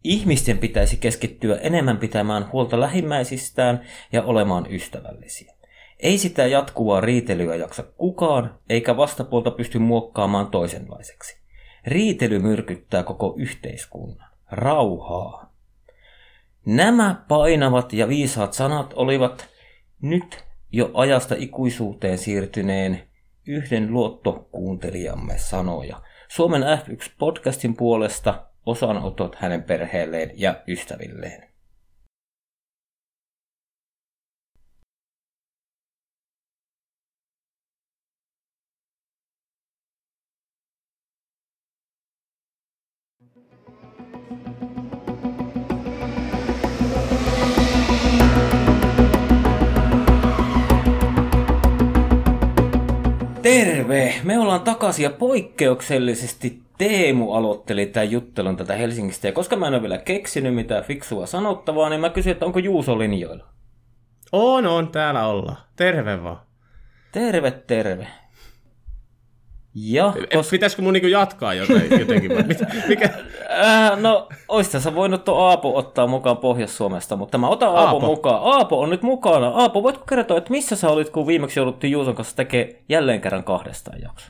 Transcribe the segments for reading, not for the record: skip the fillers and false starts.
Ihmisten pitäisi keskittyä enemmän pitämään huolta lähimmäisistään ja olemaan ystävällisiä. Ei sitä jatkuvaa riitelyä jaksa kukaan, eikä vastapuolta pysty muokkaamaan toisenlaiseksi. Riitely myrkyttää koko yhteiskunnan. Rauhaa. Nämä painavat ja viisaat sanat olivat nyt jo ajasta ikuisuuteen siirtyneen yhden luottokuuntelijamme sanoja. Suomen F1-podcastin puolesta osanotot hänen perheelleen ja ystävilleen. Terve! Me ollaan takaisin ja poikkeuksellisesti Teemu aloitteli tämän juttelun tätä Helsingistä. Ja koska mä en ole vielä keksinyt mitään fiksua sanottavaa, niin mä kysyin, että onko Juuso linjoilla? On, täällä ollaan. Terve vaan. Terve. Ja, pitäisikö mun niinku jatkaa jotenkin? Mikä? No, ois tässä voinut tuon Aapo ottaa mukaan Pohjois-Suomesta, mutta mä otan Aapon mukaan. Aapo on nyt mukana. Aapo, voitko kertoa, että missä sä olit, kun viimeksi jouduttiin Juuson kanssa tekemään jälleen kerran 2 jaksoa?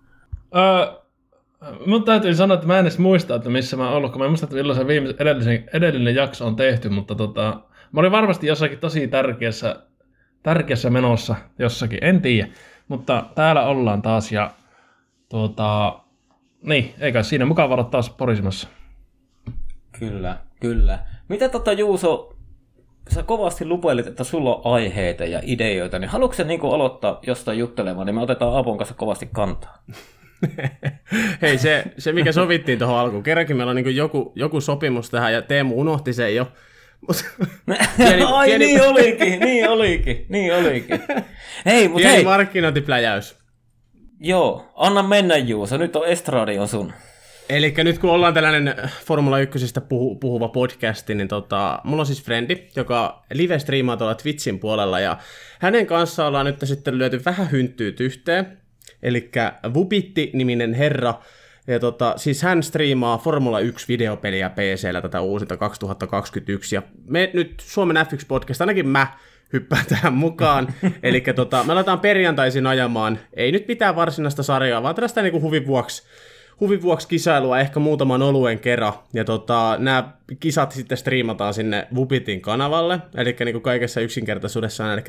Mun täytyy sanoa, että mä en edes muista, että missä mä oon ollut, kun mä en muista, että milloin se edellinen jakso on tehty, mutta mä olin varmasti jossakin tosi tärkeässä menossa jossakin, en tiedä, mutta täällä ollaan taas ja niin, eikä siinä mukava olla taas porisimassa. Kyllä. Mitä Juuso, sä kovasti lupailit, että sulla on aiheita ja ideoita, niin haluatko sä niinku aloittaa jostain juttelemaan, niin me otetaan Aapon kanssa kovasti kantaa. Hei, se mikä sovittiin tuohon alkuun, kerrankin meillä on niin joku sopimus tähän ja Teemu unohti sen jo. Niin olikin. Hei, pieni markkinointipläjäys. Joo, anna mennä Juuso, nyt on Estradi on sun. Elikkä nyt kun ollaan tällainen Formula 1:stä puhuva podcasti, niin mulla on siis frendi, joka live-striimaa tuolla Twitchin puolella, ja hänen kanssaan ollaan nyt sitten lyöty vähän hynttyyt yhteen. Elikkä Vubitti-niminen herra, ja siis hän striimaa Formula 1-videopeliä PC:llä tätä uusinta 2021, ja me nyt Suomen F1-podcast, ainakin mä hyppään tähän mukaan, elikkä me aletaan perjantaisin ajamaan, ei nyt mitään varsinaista sarjaa, vaan tällaista niin kuin huvin vuoksi kisailua ehkä muutaman oluen kerran, ja nämä kisat sitten striimataan sinne Vubitin kanavalle, eli niin kuin kaikessa yksinkertaisuudessaan, eli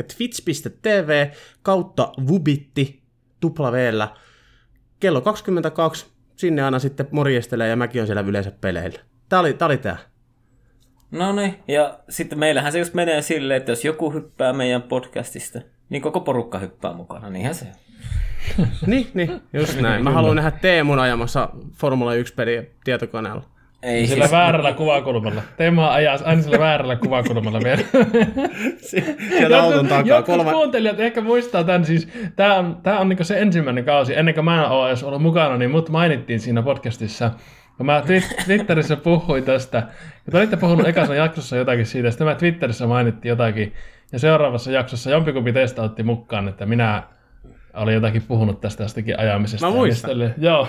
twitch.tv/Vubitti, tuplaveellä, kello 22, sinne aina sitten morjestelee ja mäkin on siellä yleensä peleillä. Tää oli tää. No niin, ja sitten meillähän se just menee silleen, että jos joku hyppää meidän podcastista, niin koko porukka hyppää mukana, niinhän se on. Niin, just näin. Mä haluan nähdä Teemun ajamassa Formula 1-peliä tietokoneella. Ei sillä väärällä kuvakulmalla. Teema ajaa aina sillä väärällä kuvakulmalla vielä. Sieltä auton takaa. Jotkut kuuntelijat ehkä muistaa tämän. Siis, tää on niinku se ensimmäinen kausi. Ennen kuin mä oon edes ollut mukana, niin mut mainittiin siinä podcastissa. Ja mä Twitterissä puhuin tästä. Ja te olitte puhunut ekassa jaksossa jotakin siitä. Sitten mä Twitterissä mainittiin jotakin. Ja seuraavassa jaksossa jompikumpi teistä otti mukaan, että minä olin jotakin puhunut tästäkin ajamisesta. Mä muistan. Joo.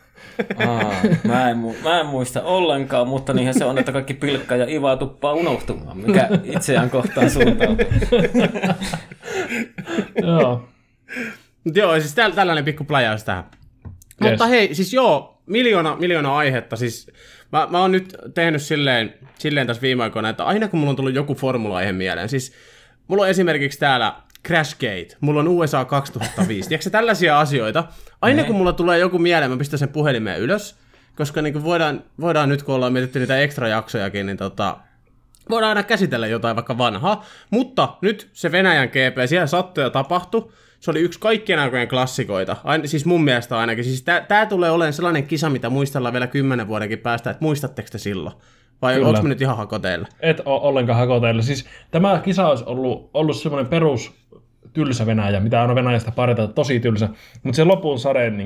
Mä en muista ollenkaan, mutta niinhän se on, että kaikki Pilkka ja Iva tuppaa unohtumaan, mikä itseään kohtaan suuntautuu. Joo, siis tällainen pikku pläjäys tähän. Yes. Mutta hei, siis miljoona aihetta. Siis mä oon nyt tehnyt silleen tässä viime aikoina, että aina kun mulla on tullut joku formula-aihe mieleen, siis mulla on esimerkiksi täällä Crashgate, mulla on USA 2005, tiedätkö tällaisia asioita? Aina kun mulla tulee joku mieleen, mä pistän sen puhelimeen ylös, koska niin voidaan nyt, kun ollaan mietitty niitä ekstra jaksojakin, niin voidaan aina käsitellä jotain vaikka vanhaa, mutta nyt se Venäjän GP, siellä sattui ja tapahtui, se oli yksi kaikkien aikojen klassikoita, siis mun mielestä ainakin, siis tää tulee olemaan sellainen kisa, mitä muistellaan vielä 10 vuodenkin päästä, että muistatteko te silloin? Vai onko me nyt ihan hakoteilla? Et ole ollenkaan hakoteilla. Siis tämä kisa olisi ollut semmoinen perus tylsä Venäjä, mitä on Venäjästä parjata, tosi tylsä. Mutta se lopun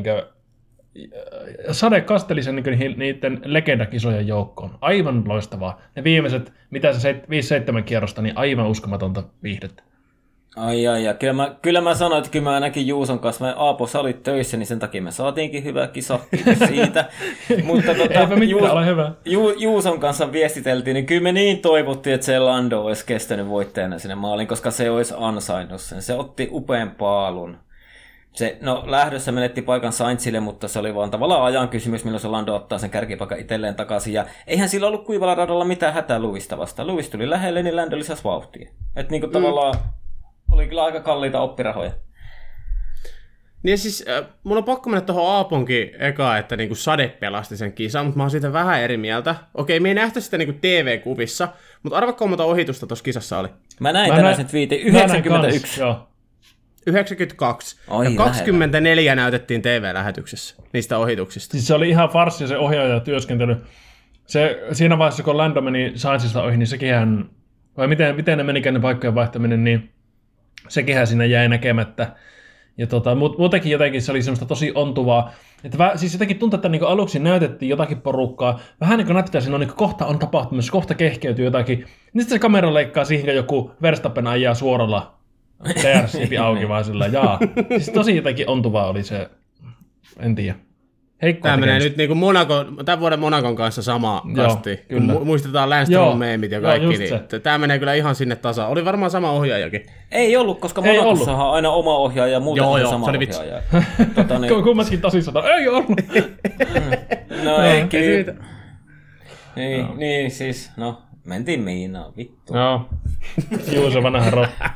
sade kasteli sen niiden legendakisojen joukkoon. Aivan loistavaa. Ne viimeiset, mitä se 5-7 kierrosta, niin aivan uskomatonta viihdettä. Ja kyllä mä sanoin, että kyllä mä ainakin Juuson kanssa, Aapo, sä olit töissä, niin sen takia me saatiinkin hyvä kisa siitä. Mutta Eipä mitään, ole hyvä. Juuson kanssa viestiteltiin, niin kyllä me niin toivottiin, että se Lando olisi kestänyt voittajana sinne maaliin, koska se olisi ansainnut sen. Se otti upean paalun. Lähdössä menetti paikan Sainzille, mutta se oli vaan tavallaan ajan kysymys, milloin se Lando ottaa sen kärkipaikan itselleen takaisin. Ja eihän sillä ollut kuivalla radalla mitään hätää Lewista vastaan. Lewis tuli lähelle, niin Lando lisäsi vauhtia. Että niinku tavallaan oli kyllä aika kalliita oppirahoja. Niin siis, mun on pakko mennä tuohon Aaponkin eka, että niinku sade pelasti sen kisan, mutta mä oon siitä vähän eri mieltä. Okei, me ei nähty sitä niinku TV-kuvissa, mutta arvakko monta ohitusta tuossa kisassa oli? Mä näin tänään sen twiitin, 91. 92. Ja 24 näytettiin TV-lähetyksessä niistä ohituksista. Siis se oli ihan farssi se ohjaajatyöskentely. Siinä vaiheessa, kun Lando meni Sainzista ohi, niin sekinhän, vai miten ne menikään ne paikkojen vaihtaminen, niin sekinhän siinä jäi näkemättä. Ja muutenkin jotenkin se oli semmoista tosi ontuvaa. Että siis jotenkin tuntuu, että niin aluksi näytettiin jotakin porukkaa. Vähän niin kuin näytetään, että siinä on, niin kohta on tapahtumassa, kohta kehkeytyy jotakin. Niin sitten se kamera leikkaa siihen, kun joku Verstappen ajaa suoralla TR-siipi auki vaan sillä Siis tosi jotenkin ontuvaa oli se, en tiedä. Tämä menee nyt niin kuin tämän vuoden Monacon kanssa sama kasti. Muistetaan Lance Stroll-meemit ja kaikki. Niin tämä menee kyllä ihan sinne tasaan. Oli varmaan sama ohjaajakin. Ei ollut, koska Monacossahan on aina oma ohjaaja ja muuten on sama ohjaaja. Kummatkin tosissaan. Ei ollut. No ei kyllä. Niin siis, mentiin miinaan, vittu. Joo. Juuso vanha rotta.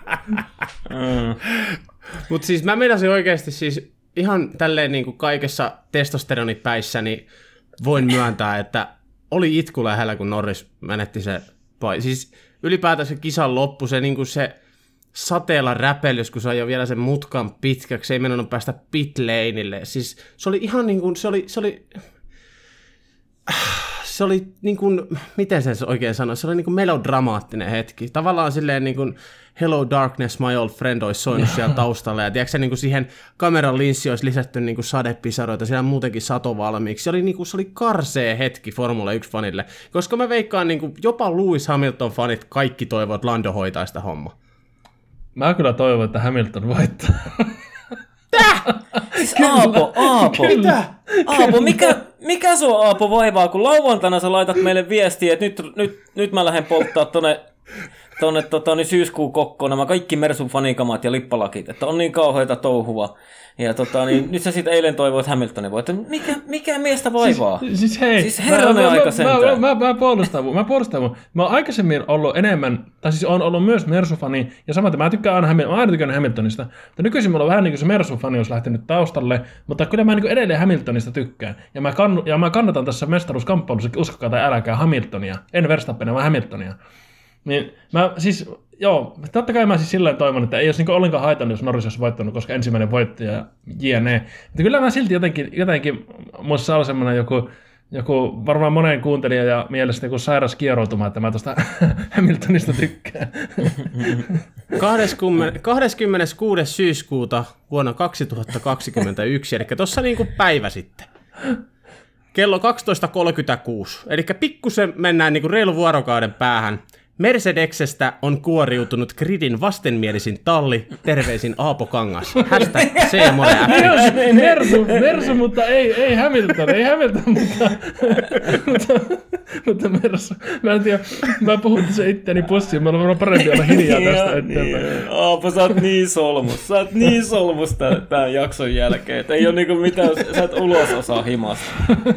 Mutta siis mä meinasin oikeasti siis ihan tälleen niin kuin kaikessa testosteronipäissä, niin voin myöntää, että oli itku lähellä, kun Norris menetti se siis ylipäätään se kisan loppu, se, niin kuin se sateella räpellys, kun se ajoi vielä sen mutkan pitkäksi, ei mennyt päästä pit laneille. Siis se oli ihan niin kuin, se oli niin kuin, miten sen oikein sanoi, se oli niin kuin melodramaattinen hetki. Tavallaan silleen niin kuin Hello Darkness, my old friend olisi soinut siellä taustalla. Ja tiedätkö, niin kuin siihen kameran linssiin olisi lisätty niin kuin sadepisaroita, siellä muutenkin sato valmiiksi. Se oli karsee hetki Formula 1-fanille, koska mä veikkaan niin kuin jopa Lewis Hamilton-fanit kaikki toivovat, että Lando hoitaa sitä hommaa. Mä kyllä toivon, että Hamilton voittaa. Siis Aapo. Mitä? Aapo, mikä sua Aapo vaivaa, kun lauantaina sä laitat meille viestiä, että nyt mä lähden polttaa tonne syyskuun kokkoon nämä kaikki Mersun fanikamat ja lippalakit, että on niin kauheita touhua. Ja nyt sä sit eilen toivoit Hamiltonin voittaa. Mikä miestä vaivaa? Siis hei. Siis herranen aika sentään. Mä puolustan mun. Mä oon aikaisemmin ollut enemmän, tai siis oon ollut myös Mersu-fani, ja samaten mä tykkään aina Hamiltonista. Mutta nykyisin mulla on vähän niin kuin se Mersu-fani olisi lähtenyt taustalle, mutta kyllä mä niin kuin edelleen Hamiltonista tykkään. Ja mä kannatan tässä mestaruuskamppailussa, uskokaa tai älkää, Hamiltonia. En Verstappenia, vaan Hamiltonia. Niin mä siis, totta kai mä siis silleen toivon, että ei olisi niinku ollenkaan haitannut, jos Norris olisi voittanut, koska ensimmäinen voittaja jne. Mutta kyllä mä silti jotenkin muissa on semmoinen joku varmaan monen kuuntelijan ja mielestä joku sairas kieroutuma, että mä tuosta Hamiltonista tykkään. 26. syyskuuta vuonna 2021, eli tuossa niinku päivä sitten. Kello 12.36, eli pikkusen mennään niinku reilu vuorokauden päähän. Mercedeksestä on kuoriutunut gridin vastenmielisin talli, terveisin Aapo Kangas. Hashtag Mersu, mutta ei Hamilton, mutta Mersu. Mä en tiedä, mä puhun tässä itseäni pussiin, mä olen parempi olla hiljaa tästä eteenpäin. Aapo, sä oot niin solmus tämän jakson jälkeen, että ei ole niinku mitään, sä et ulos osaa himasta.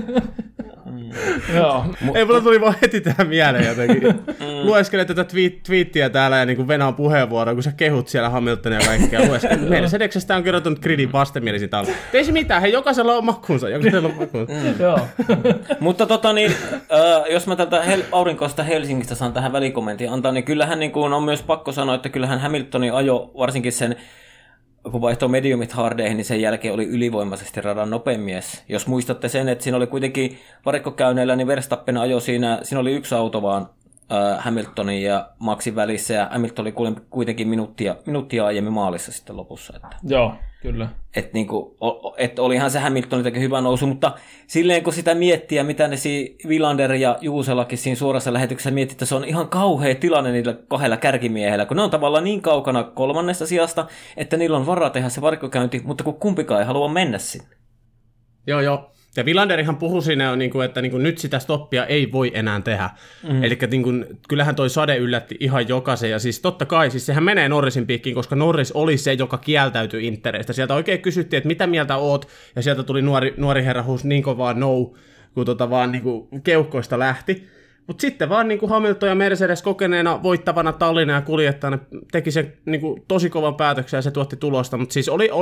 Joo. Ei, mulla tuli vaan heti tähän mieleen jotenkin. Lueskelen tätä twiittiä täällä ja niin venaan puheenvuoroa, kun sä kehut siellä Hamiltonia ja kaikkea. Mercedeksestä on kirjoittanut gridin vastenmielisin talli. Ei se mitään, hei, jokaisella on makuunsa. Joo. Mutta jos mä tältä aurinkoista Helsingistä saan tähän välikommentin antaa, niin kyllähän niin kuin on myös pakko sanoa, että kyllähän Hamiltonin ajo, varsinkin sen kun vaihtoi mediumit hardeihin, niin sen jälkeen oli ylivoimaisesti radan nopein mies. Jos muistatte sen, että siinä oli kuitenkin varikkokäynneillä, niin Verstappen ajoi siinä oli yksi auto vaan Hamiltonin ja Maxin välissä, ja Hamilton oli kuitenkin minuuttia aiemmin maalissa sitten lopussa. Että. Joo, kyllä. Että niinku, olihan se Hamiltoniltakin hyvä nousu, mutta silleen kun sitä miettii, mitä ne Villander ja Juuselakin siinä suorassa lähetyksessä miettii, että se on ihan kauhea tilanne niillä kahdella kärkimiehellä, kun ne on tavallaan niin kaukana 3. sijasta, että niillä on varaa tehdä se varikkokäynti, mutta kun kumpikaan ei halua mennä sinne. Joo. Ja Villanderihan puhui siinä, että nyt sitä stoppia ei voi enää tehdä. Eli kyllähän toi sade yllätti ihan jokaisen. Ja siis totta kai, siis sehän menee Norrisin piikkiin, koska Norris oli se, joka kieltäytyi Intereistä. Sieltä oikein kysyttiin, että mitä mieltä oot, ja sieltä tuli nuori herra huusi niin kovaa no, kun vaan keuhkoista lähti. Mutta sitten vaan Hamilton ja Mercedes kokeneena voittavana Tallinnan ja kuljettajana teki sen tosi kovan päätöksen ja se tuotti tulosta. Mutta siis oli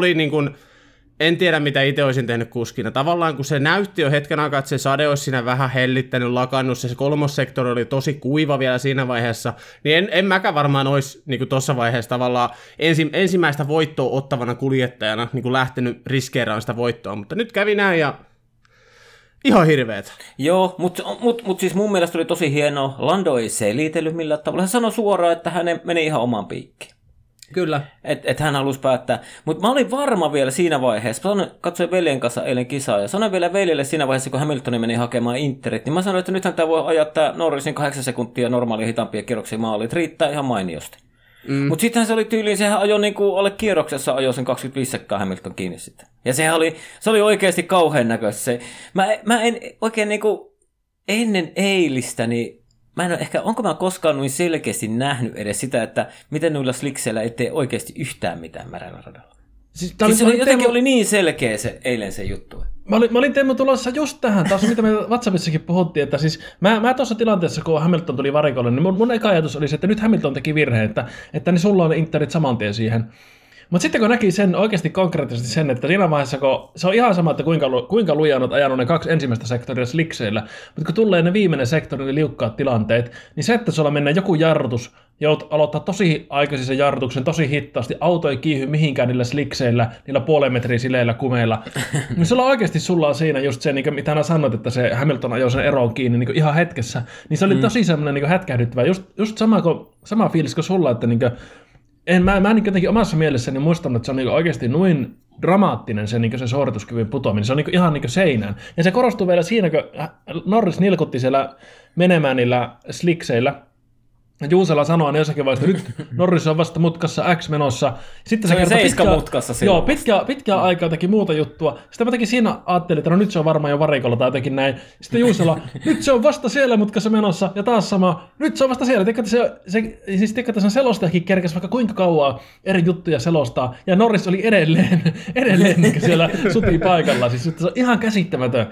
en tiedä, mitä itse olisin tehnyt kuskina. Tavallaan, kun se näytti jo hetken aikaa, että se sade olisi siinä vähän hellittänyt, lakannut, se kolmossektori oli tosi kuiva vielä siinä vaiheessa, niin en mäkään varmaan olisi tuossa vaiheessa tavallaan ensimmäistä voittoa ottavana kuljettajana lähtenyt riskeeraan sitä voittoa, mutta nyt kävi näin ja ihan hirveet. Joo, mutta siis mun mielestä oli tosi hienoa. Lando ei selitellyt millään tavalla. Hän sanoi suoraan, että hän meni ihan omaan piikkiin. Kyllä. Että hän halusi päättää. Mutta mä olin varma vielä siinä vaiheessa. Katsoin veljen kanssa eilen kisaa ja sanoin vielä veljelle siinä vaiheessa, kun Hamilton meni hakemaan Interit, niin mä sanoin, että nythän tämä voi ajaa tämä Norrisin 8 sekuntia normaalia hitaampia kierroksia maaliin. Riittää ihan mainiosti. Mutta sittenhän se oli tyyliin, sehän ajoi alle kierroksessa ajoi sen 25 sekkaa Hamilton kiinni sitten. Ja se oli oikeasti kauhean näköistä. Mä en oikein ennen eilistä, niin mä en ole onko mä koskaan noin selkeästi nähnyt edes sitä, että miten noilla slikseillä ei tee oikeasti yhtään mitään märällä radalla. Siis oli niin selkeä eilen se juttu. Mä olin Teemu tulossa just tähän, taas mitä me WhatsAppissakin puhuttiin, että siis mä tuossa tilanteessa, kun Hamilton tuli varikolle, niin mun eka ajatus oli se, että nyt Hamilton teki virheen, että niin sulla on ne Interit saman tien siihen. Mutta sitten kun näki sen oikeasti konkreettisesti sen, että siinä vaiheessa, kun se on ihan sama, että kuinka lujaa olet ajanut ne 2 ensimmäistä sektoria slikseillä, mutta kun tulee ne viimeinen sektori, ne liukkaat tilanteet, niin se, että sulla mennään joku jarrutus, joudut aloittaa tosi aikaisin sen jarrutuksen, tosi hittaasti, auto ei kiihy mihinkään niillä slikseillä, niillä puolen metrin sileillä kumeilla, niin sulla on siinä just se, niin mitä hän sanoit, että se Hamilton ajoi sen eroon kiinni niin ihan hetkessä, niin se oli tosi semmoinen niin hätkähdyttävä, just sama fiilis kuin sulla, että niin mä en jotenkin omassa mielessäni muistanut, että se on oikeasti noin dramaattinen se suorituskyvyn putoaminen. Se on ihan seinään. Ja se korostuu vielä siinä, kun Norris nilkutti siellä menemään niillä slikseillä. Juusela sanoo ne jossakin vaiheessa, että nyt Norris on vasta mutkassa X menossa. Sitten se pitkään aikaa teki muuta juttua. Sitten mä tekin siinä ajattelin, että no nyt se on varmaan jo varikolla tai jotenkin näin. Sitten Juusela, nyt se on vasta siellä mutkassa menossa. Ja taas sama, nyt se on vasta siellä. Siis sen selostajakin kerkesi vaikka kuinka kauan eri juttuja selostaa. Ja Norris oli edelleen niin siellä suti paikalla. Siis se on ihan käsittämätön.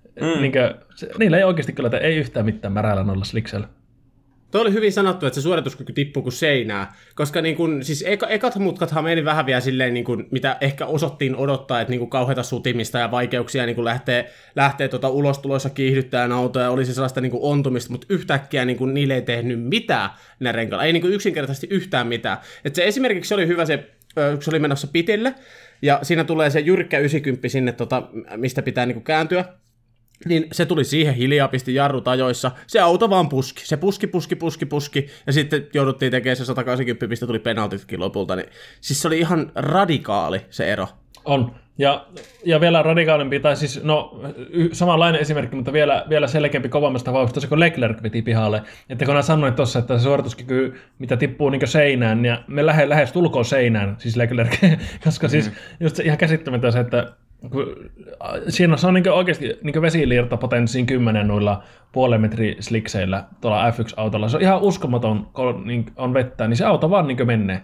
Niillä ei oikeasti kyllä, ei yhtään mitään märällä noilla sliksellä. Tuo oli hyvin sanottu, että se suorituskyky tippuu kuin seinää, koska siis ekat mutkathan meni vähän vielä silleen, mitä ehkä osattiin odottaa, että kauheata sutimista ja vaikeuksia lähtee ulostuloissa kiihdyttämään autoja, oli se sellaista ontumista, mutta yhtäkkiä niille ei tehnyt mitään ne renkailla, ei yksinkertaisesti yhtään mitään. Et se esimerkiksi oli hyvä se, kun se oli menossa pitille, ja siinä tulee se jyrkkä 90 sinne, mistä pitää kääntyä. Niin se tuli siihen hiljaa, pisti jarrut ajoissa, se auto vaan puski, se puski, ja sitten jouduttiin tekemään se 180, mistä tuli penaltitkin lopulta, niin siis se oli ihan radikaali se ero. On, ja vielä radikaalimpi, tai siis samanlainen esimerkki, mutta vielä selkeämpi kovammasta vauhdista, kun Leclerc veti pihalle, että kun hän sanoi tuossa, että se suorituskyky, mitä tippuu seinään, ja me lähes tulkoon seinään, siis Leclerc, koska siis just se ihan käsittämättä se, että siinä on oikeasti vesiliirtopotenssiin 10 noilla puolen metrin slikseillä tuolla F1-autolla. Se on ihan uskomaton, kun on vettä, niin se auto vaan menee.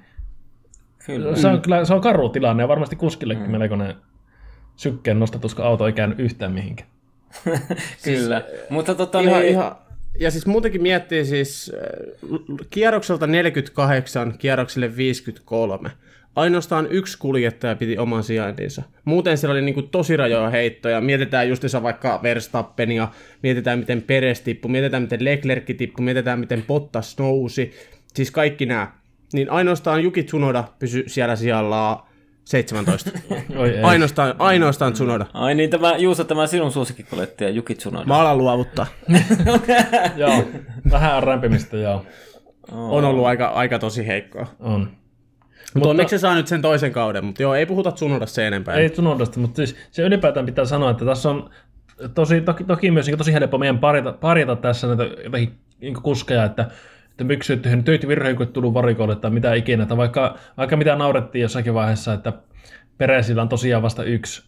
Kyllä. Se on karu tilanne ja varmasti kuskillekin melkoinen sykkeen nostatus, kun auto ei käynyt yhtään mihinkään. Kyllä. Mutta ihan, ja siis muutenkin miettii siis kierrokselta 48 kierrokselle 53. Ainoastaan yksi kuljettaja piti oman sijainnissa. Muuten siellä oli tosi rajoja heittoja. Mietitään justiinsa vaikka Verstappenia, mietitään miten Perez tippui, mietitään miten Leclerc tippui, mietitään miten Bottas nousi. Siis kaikki nämä. Niin ainoastaan Yuki Tsunoda pysyi siellä sijalla 17. ainoastaan Tsunoda. Ai niin, tämä sinun suosikkikuljettaja Yuki Tsunoda. Mä alan luovuttaa. Joo. Vähän on rämpimistä, joo. On ollut aika tosi heikkoa. On. Mutta onneksi se saa nyt sen toisen kauden, mutta joo, ei puhuta Tsunodasta sen enempää. Ei Tsunodasta, mutta siis se ylipäätään pitää sanoa, että tässä on toki myös niin tosi helppo meidän parjata tässä näitä jotakin niin kuskeja, että miksi et tehnyt töitä virheen, kun et tullut varikolle tai mitä ikinä. Tai vaikka mitä naurettiin jossakin vaiheessa, että Perezillä on tosiaan vasta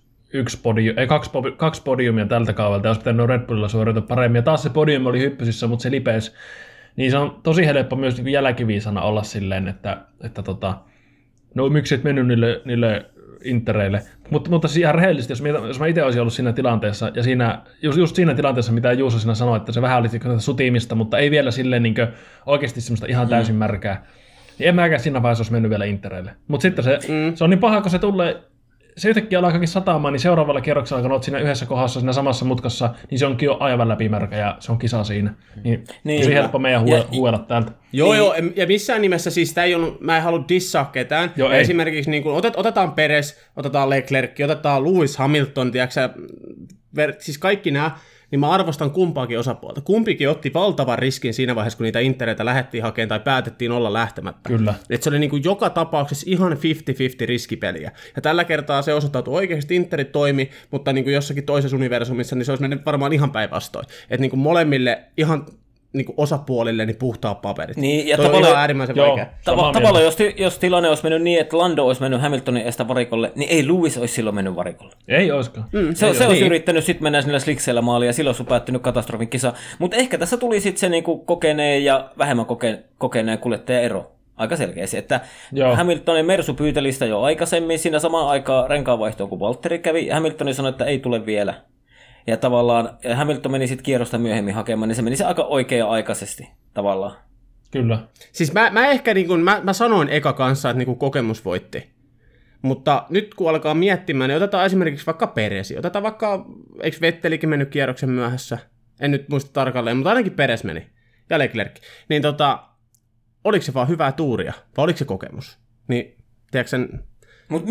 kaksi podiumia tältä kaudelta, jos pitänyt Red Bullilla suorita paremmin. Ja taas se podium oli hyppysissä, mutta se lipesi. Niin se on tosi helppo myös niin jälkiviisana olla silleen, että no miksi et mennyt niille intereille. Mutta siis ihan rehellisesti, jos mä itse olisin ollut siinä tilanteessa, ja just siinä tilanteessa, mitä Juuso siinä sanoi, että se vähän oli sutimista, mutta ei vielä silleen niin oikeasti semmoista ihan täysin märkää. Niin en mäkään siinä vaiheessa olisi mennyt vielä intereille. Mutta sitten se on niin paha, kun se tulee, se yhtäkkiä alkaakin sataamaan, niin seuraavalla kierroksella, kun olet siinä yhdessä kohdassa, siinä samassa mutkassa, niin se onkin jo aivan läpimärkä ja se on kisa siinä. Niin tosi helppo meidän huuella täältä. Joo, ja missään nimessä siis mä en halua dissaa ketään. Joo, esimerkiksi niin kuin, otetaan Perez, otetaan Leclerc, otetaan Lewis Hamilton, tiedätkö, siis kaikki nämä, niin mä arvostan kumpaakin osapuolta. Kumpikin otti valtavan riskin siinä vaiheessa, kun niitä intereitä lähdettiin hakemaan tai päätettiin olla lähtemättä. Kyllä. Et se oli niin kuin joka tapauksessa ihan 50-50 riskipeliä. Ja tällä kertaa se osoittautui oikeasti, interit toimi, mutta niin kuin jossakin toisessa universumissa niin se olisi mennyt varmaan ihan päinvastoin. Että niin kuin molemmille ihan niin kuin osapuolille niin puhtaat paperit. Niin, ja toi on ihan äärimmäisen vaikea. Tavallaan jos tilanne olisi mennyt niin, että Lando olisi mennyt Hamiltonin estä varikolle, niin ei Lewis olisi silloin mennyt varikolle. Ei olisikaan. Se olisi yrittänyt sitten mennä sinne slikseillä maaliin ja silloin olisi päättynyt katastrofin kisa. Mutta ehkä tässä tuli sitten se niinku kokeneen ja vähemmän kokeneen kuljettajan ero. Aika selkeästi, että Hamiltonin Mersu pyyteli sitä jo aikaisemmin, siinä samaan aikaan renkaanvaihtoon kun Valtteri kävi, Hamiltonin sanoi, että ei tule vielä. Ja tavallaan Hamilton meni sitten kierrosta myöhemmin hakemaan, niin se meni se aika oikea-aikaisesti tavallaan. Kyllä. Siis mä ehkä niin kun, mä sanoin eka kanssa, että niin kun kokemus voitti. Mutta nyt kun alkaa miettimään, niin otetaan esimerkiksi vaikka Perezi. Otetaan vaikka, eikö Vettelikin mennyt kierroksen myöhässä? En nyt muista tarkalleen, mutta ainakin Perez meni. Ja Leclerc. Niin oliko se vaan hyvää tuuria? Vai oliko se kokemus? Niin, tiedätkö sen... Mutta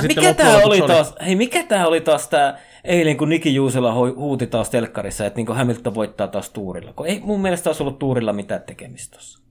mikä tää oli taas tää eilen, kun Niki Juusela huuti taas telkkarissa, että niinku Hamilton voittaa taas tuurilla, kun ei mun mielestä olisi ollut tuurilla mitään tekemistä tossa.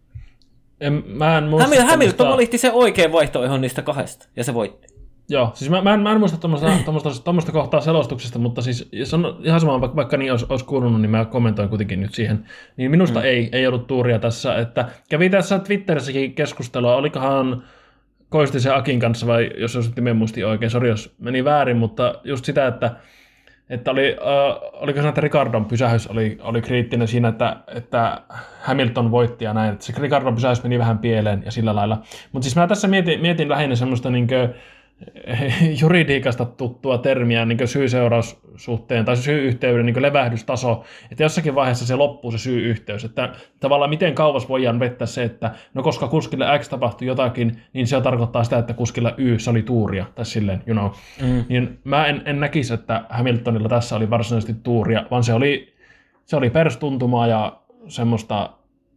Mä en muista Hamilton valitti se oikein vaihtoehdon niistä kahdesta, ja se voitti. Joo, siis mä en muista tuommoista kohtaa selostuksesta, mutta siis ihan sama, vaikka niin olisi kuulunut, niin mä kommentoin kuitenkin nyt siihen. Niin minusta ei ollut tuuria tässä, että kävi tässä Twitterissäkin keskustelua, olikohan Koistisen Akin kanssa, vai jos olisi muisti oikein, sori jos meni väärin, mutta just sitä, että oliko se, että Ricardon pysähys oli kriittinen siinä, että Hamilton voitti ja näin, että se Ricardon pysähys meni vähän pieleen ja sillä lailla. Mutta siis mä tässä mietin lähinnä semmoista niinkö juridiikasta tuttua termiä niin syy-seuraussuhteen tai syy-yhteyden niin levähdystaso, että jossakin vaiheessa se loppuu se syy-yhteys, että tavallaan miten kauas voidaan vettää se, että no koska kuskille X tapahtui jotakin, niin se tarkoittaa sitä, että kuskilla Y se oli tuuria, tai silleen, Niin mä en näkisi, että Hamiltonilla tässä oli varsinaisesti tuuria, vaan se oli perstuntumaa ja semmoista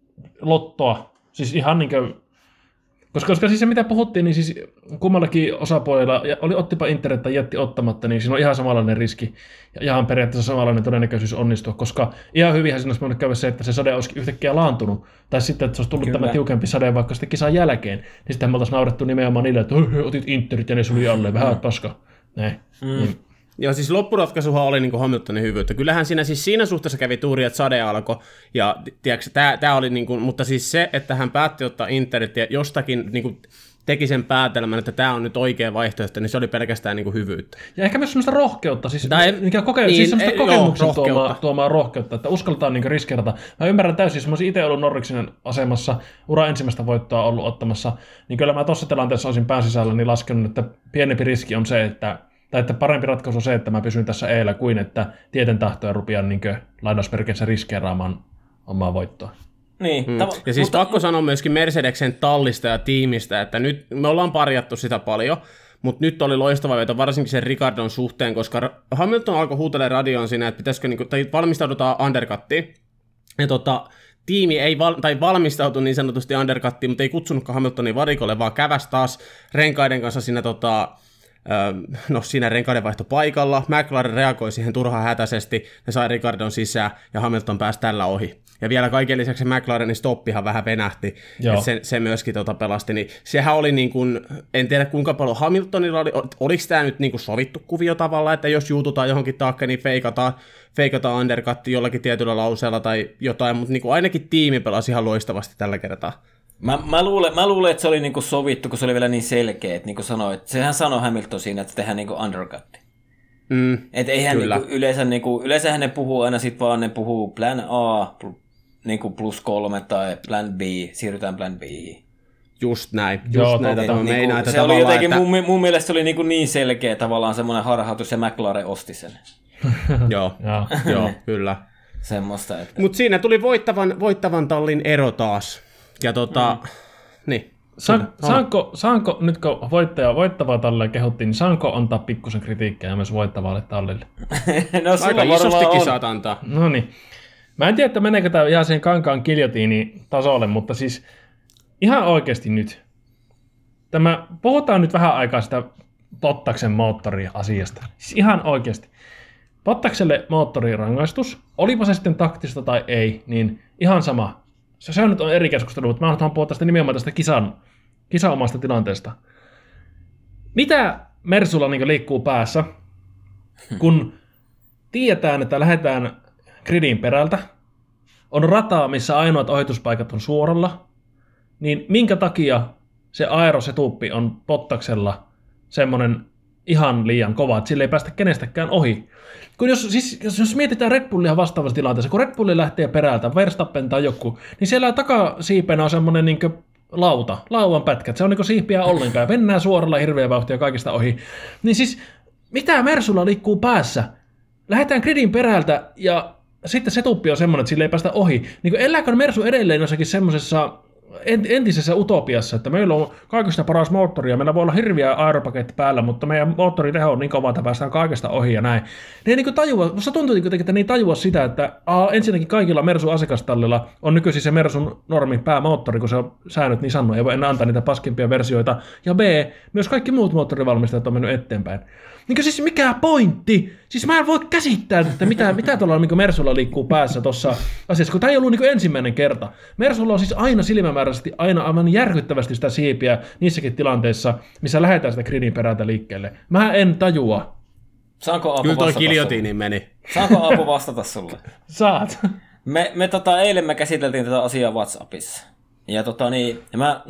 lottoa, siis ihan niin kuin koska siis se mitä puhuttiin, niin siis kummallakin osapuolella, ottipa internet tai jätti ottamatta, niin siinä on ihan samanlainen riski ja ihan periaatteessa samanlainen todennäköisyys onnistua, koska ihan hyvinhän siinä olisi voinut käydä se, että se sade olisi yhtäkkiä laantunut, tai sitten, että se olisi tullut tämä tiukempi sade vaikka sitten kisan jälkeen, niin sitten me oltaisiin naurettu nimenomaan niille, että otit interit ja ne suli alle, vähän paska. Näin. Joo, siis loppuratkaisuhan oli niin kuin Hamiltonin hyvyyttä. Kyllähän siinä suhteessa kävi tuuri, että sade alkoi, ja tiedätkö, tämä oli, niin kuin, mutta siis se, että hän päätti ottaa interit ja jostakin niin kuin, teki sen päätelmän, että tämä on nyt oikea vaihtoehto, niin se oli pelkästään niin kuin hyvyyttä. Ja ehkä myös sellaista rohkeutta, siis semmoista kokemuksen tuomaa rohkeutta, että uskaltaa niin riskeerata. Mä ymmärrän täysin, jos mä olisin itse ollut Norriksen asemassa, ura ensimmäistä voittoa ollut ottamassa, niin kyllä mä tuossa tilanteessa olisin pääsisällä niin laskenut, että pienempi riski on se, että parempi ratkaisu on se, että mä pysyn tässä eellä kuin että tieten tahtoja rupean niin lainausmerkeissä riskeeraamaan omaa voittoa. Niin, ja siis pakko sanoa myöskin Mercedeksen tallista ja tiimistä, että nyt me ollaan parjattu sitä paljon, mutta nyt oli loistava veto varsinkin sen Ricardon suhteen, koska Hamilton alkoi huutelemaan radioon siinä, että pitäisikö, tai valmistaudutaan undercuttiin, ja tiimi ei valmistautui niin sanotusti undercuttiin, mutta ei kutsunutkaan Hamiltonin varikolle, vaan käväsi taas renkaiden kanssa siinä siinä renkaidenvaihtopaikalla. McLaren reagoi siihen turhaan hätäisesti, ne sai Ricardon sisään ja Hamilton pääsi tällä ohi. ja vielä kaiken lisäksi McLarenin stoppihan vähän venähti, että se myöskin pelasti, niin sehän oli niin kuin, en tiedä kuinka paljon Hamiltonilla oli, oliko tämä nyt niin kuin sovittu kuvio tavalla, että jos juututaan johonkin taakse, niin feikataan undercut jollakin tietyllä lauseella tai jotain, mutta niin kuin ainakin tiimi pelasi ihan loistavasti tällä kertaa. Mä luulen, että se oli niinku sovittu, kun se oli vielä niin selkeä, että niinku sanoi, että sehän sanoi Hamilton siinä, että tehdään niinku undercutti. Että eihän yleensähän ne puhuu aina sit vaan, ne puhuu plan A niinku +3 tai plan B, siirrytään plan B. Just näin. Se oli jotenkin, mun mielestä se oli niin selkeä tavallaan semmoinen harhautus, ja McLaren osti sen. Joo, kyllä. Semmoista, että... Mutta siinä tuli voittavan tallin ero taas. Ja niin. Saanko, nyt kun voittavaa tallia kehuttiin, niin saanko antaa pikkusen kritiikkiä myös voittavalle tallille? No, aika isostikin saat antaa. No niin. Mä en tiedä, että meneekö tämä ihan siihen kankaan kiljotiini tasolle, mutta siis ihan oikeasti nyt. Puhutaan nyt vähän aikaa sitä Bottaksen moottoriasiasta. Siis ihan oikeasti. Bottakselle moottorirangaistus, olipa se sitten taktista tai ei, niin ihan sama. Se on nyt eri keskustelu, mutta mä haluan puhua tästä nimenomaan tästä kisan omasta tilanteesta. Mitä Mersulla niin liikkuu päässä, kun tiedetään, että lähdetään gridin perältä, on rataa, missä ainoat ohituspaikat on suoralla, niin minkä takia se aerosetuppi on Bottaksella semmoinen ihan liian kova, että sille ei päästä kenestäkään ohi. Kun jos mietitään Red Bullia vastaavassa tilanteessa, kun Red Bulli lähtee perältä, Verstappen tai joku, niin siellä takasiipenä on semmoinen niin lauan pätkä, se on niin siipiä ollenkaan, ja mennään suoralla hirveä vauhtia kaikista ohi. Niin siis, mitä Mersulla liikkuu päässä? Lähdetään gridin perältä, ja sitten setuppi on semmoinen, että sille ei päästä ohi. Niin elääkö Mersu edelleen jossakin semmoisessa entisessä utopiassa, että meillä on kaikista paras moottori ja meillä voi olla hirviä aeropaketti päällä, mutta meidän moottoriteho on niin kova, että päästään kaikesta ohi ja näin. Ne ei niin tajua, musta tuntuu jotenkin, että ne ei tajua sitä, että ensinnäkin kaikilla Mersun asiakastallilla on nykyisin se Mersun normi päämoottori, kun se on säännöt niin sanoo, ei voi enää antaa niitä paskimpia versioita. Ja B, myös kaikki muut moottorivalmistajat on mennyt eteenpäin. Niin siis mikä pointti? Siis mä en voi käsittää, että mitä tuolla niin Mersulla liikkuu päässä tuossa asiassa, kun tämä ei ollut niin ensimmäinen kerta. Mersulla on siis aina silmämääräisesti, aina aivan järkyttävästi sitä siipiä niissäkin tilanteissa, missä lähdetään sitä gridin perältä liikkeelle. Mä en tajua. Saanko Aapo kyllä toi vastata kiljotiiniin meni. Saanko Aapo vastata sulle? Saat. Eilen me käsiteltiin tätä asiaa WhatsAppissa. Ja mä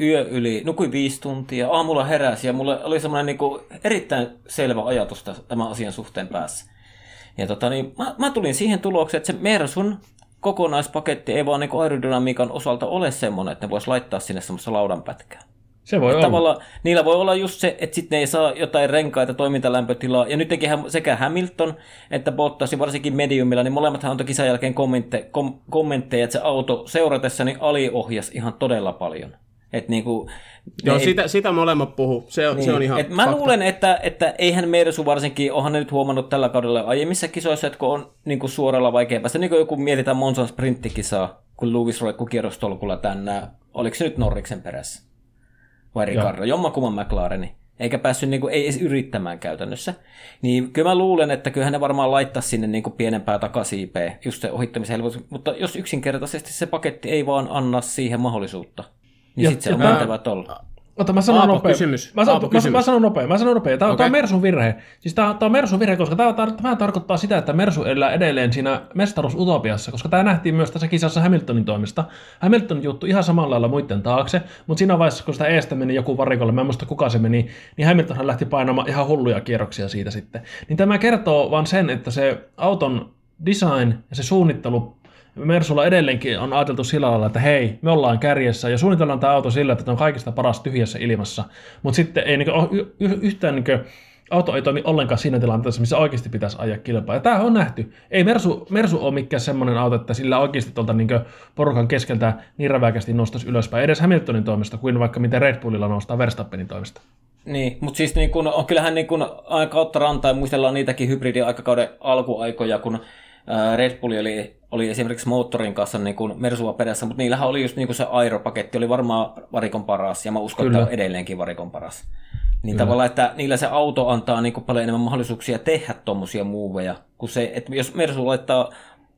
nukuin 5 tuntia, aamulla heräsin ja mulle oli semmoinen niinku erittäin selvä ajatus tämän asian suhteen päässä. Ja mä tulin siihen tulokseen, että se Mersun kokonaispaketti ei vaan niinku aerodynamiikan osalta ole semmoinen, että ne vois laittaa sinne semmoista laudanpätkää. Se voi olla. Tavallaan niillä voi olla just se, että sitten ne ei saa jotain renkaita toimintalämpötilaa. Ja nytkin sekä Hamilton että Bottas, varsinkin mediumilla, niin molemmathan antoi kisan jälkeen kommentteja, että se auto seuratessani aliohjasi ihan todella paljon. Et niinku, joo, sitä molemmat puhuu. Se on ihan mä fakta. Luulen, että eihän Mersu varsinkin, onhan ne nyt huomannut tällä kaudella aiemmissa kisoissa, että kun on niinku suoralla vaikea päästä, niin kuin joku mietitään Monzan sprinttikisaa, kun Lewis roikkuu kierrostolkulla tänään, oliko se nyt Norriksen perässä? Vai Ricardo, jommankumman McLareni, eikä päässyt ei edes yrittämään käytännössä. Niin kyllä mä luulen, että kyllähän ne varmaan laittaa sinne pienempää takasiipeä, just se ohittamisen helpotus, mutta jos yksinkertaisesti se paketti ei vaan anna siihen mahdollisuutta, niin sitten se on mentävä tolla. Ota, mä sanon nopea. Kysymys. Mä sanon nopea. Tämä on Mersun virhe. Siis tämä on Mersun virhe, koska tämä tarkoittaa sitä, että Mersu elää edelleen siinä mestaruusutopiassa, koska tämä nähtiin myös tässä kisassa Hamiltonin toimesta. Hamilton juttu ihan samalla lailla muiden taakse, mutta siinä vaiheessa, kun sitä eestä meni joku varikolle, mä en muista kuka se meni, niin Hamiltonhan lähti painamaan ihan hulluja kierroksia siitä sitten. Niin tämä kertoo vaan sen, että se auton design ja se suunnittelu Mersulla edelleenkin on ajateltu sillä lailla, että hei, me ollaan kärjessä ja suunnitellaan tämä auto sillä, että tämä on kaikista paras tyhjässä ilmassa. Mutta sitten ei yhtään auto ei toimi ollenkaan siinä tilanteessa, missä oikeasti pitäisi ajaa kilpaa. Ja tämä on nähty. Ei Mersu ole mikään semmoinen auto, että sillä oikeasti tuolta porukan keskeltä niin räväkästi nostaisi ylöspäin. Edes Hamiltonin toimesta, kuin vaikka miten Red Bullilla nostaa Verstappenin toimesta. Niin, mutta siis kyllähän kautta rantain muistellaan niitäkin hybridiaikakauden alkuaikoja, kun Red Bull oli esimerkiksi moottorin kanssa Mersua perässä, mutta niillähän oli just se aeropaketti, oli varmaan varikon paras, ja mä uskon, että on edelleenkin varikon paras. Niin tavallaan, että niillä se auto antaa paljon enemmän mahdollisuuksia tehdä tommosia moveja, kuin se, että jos Mersu laittaa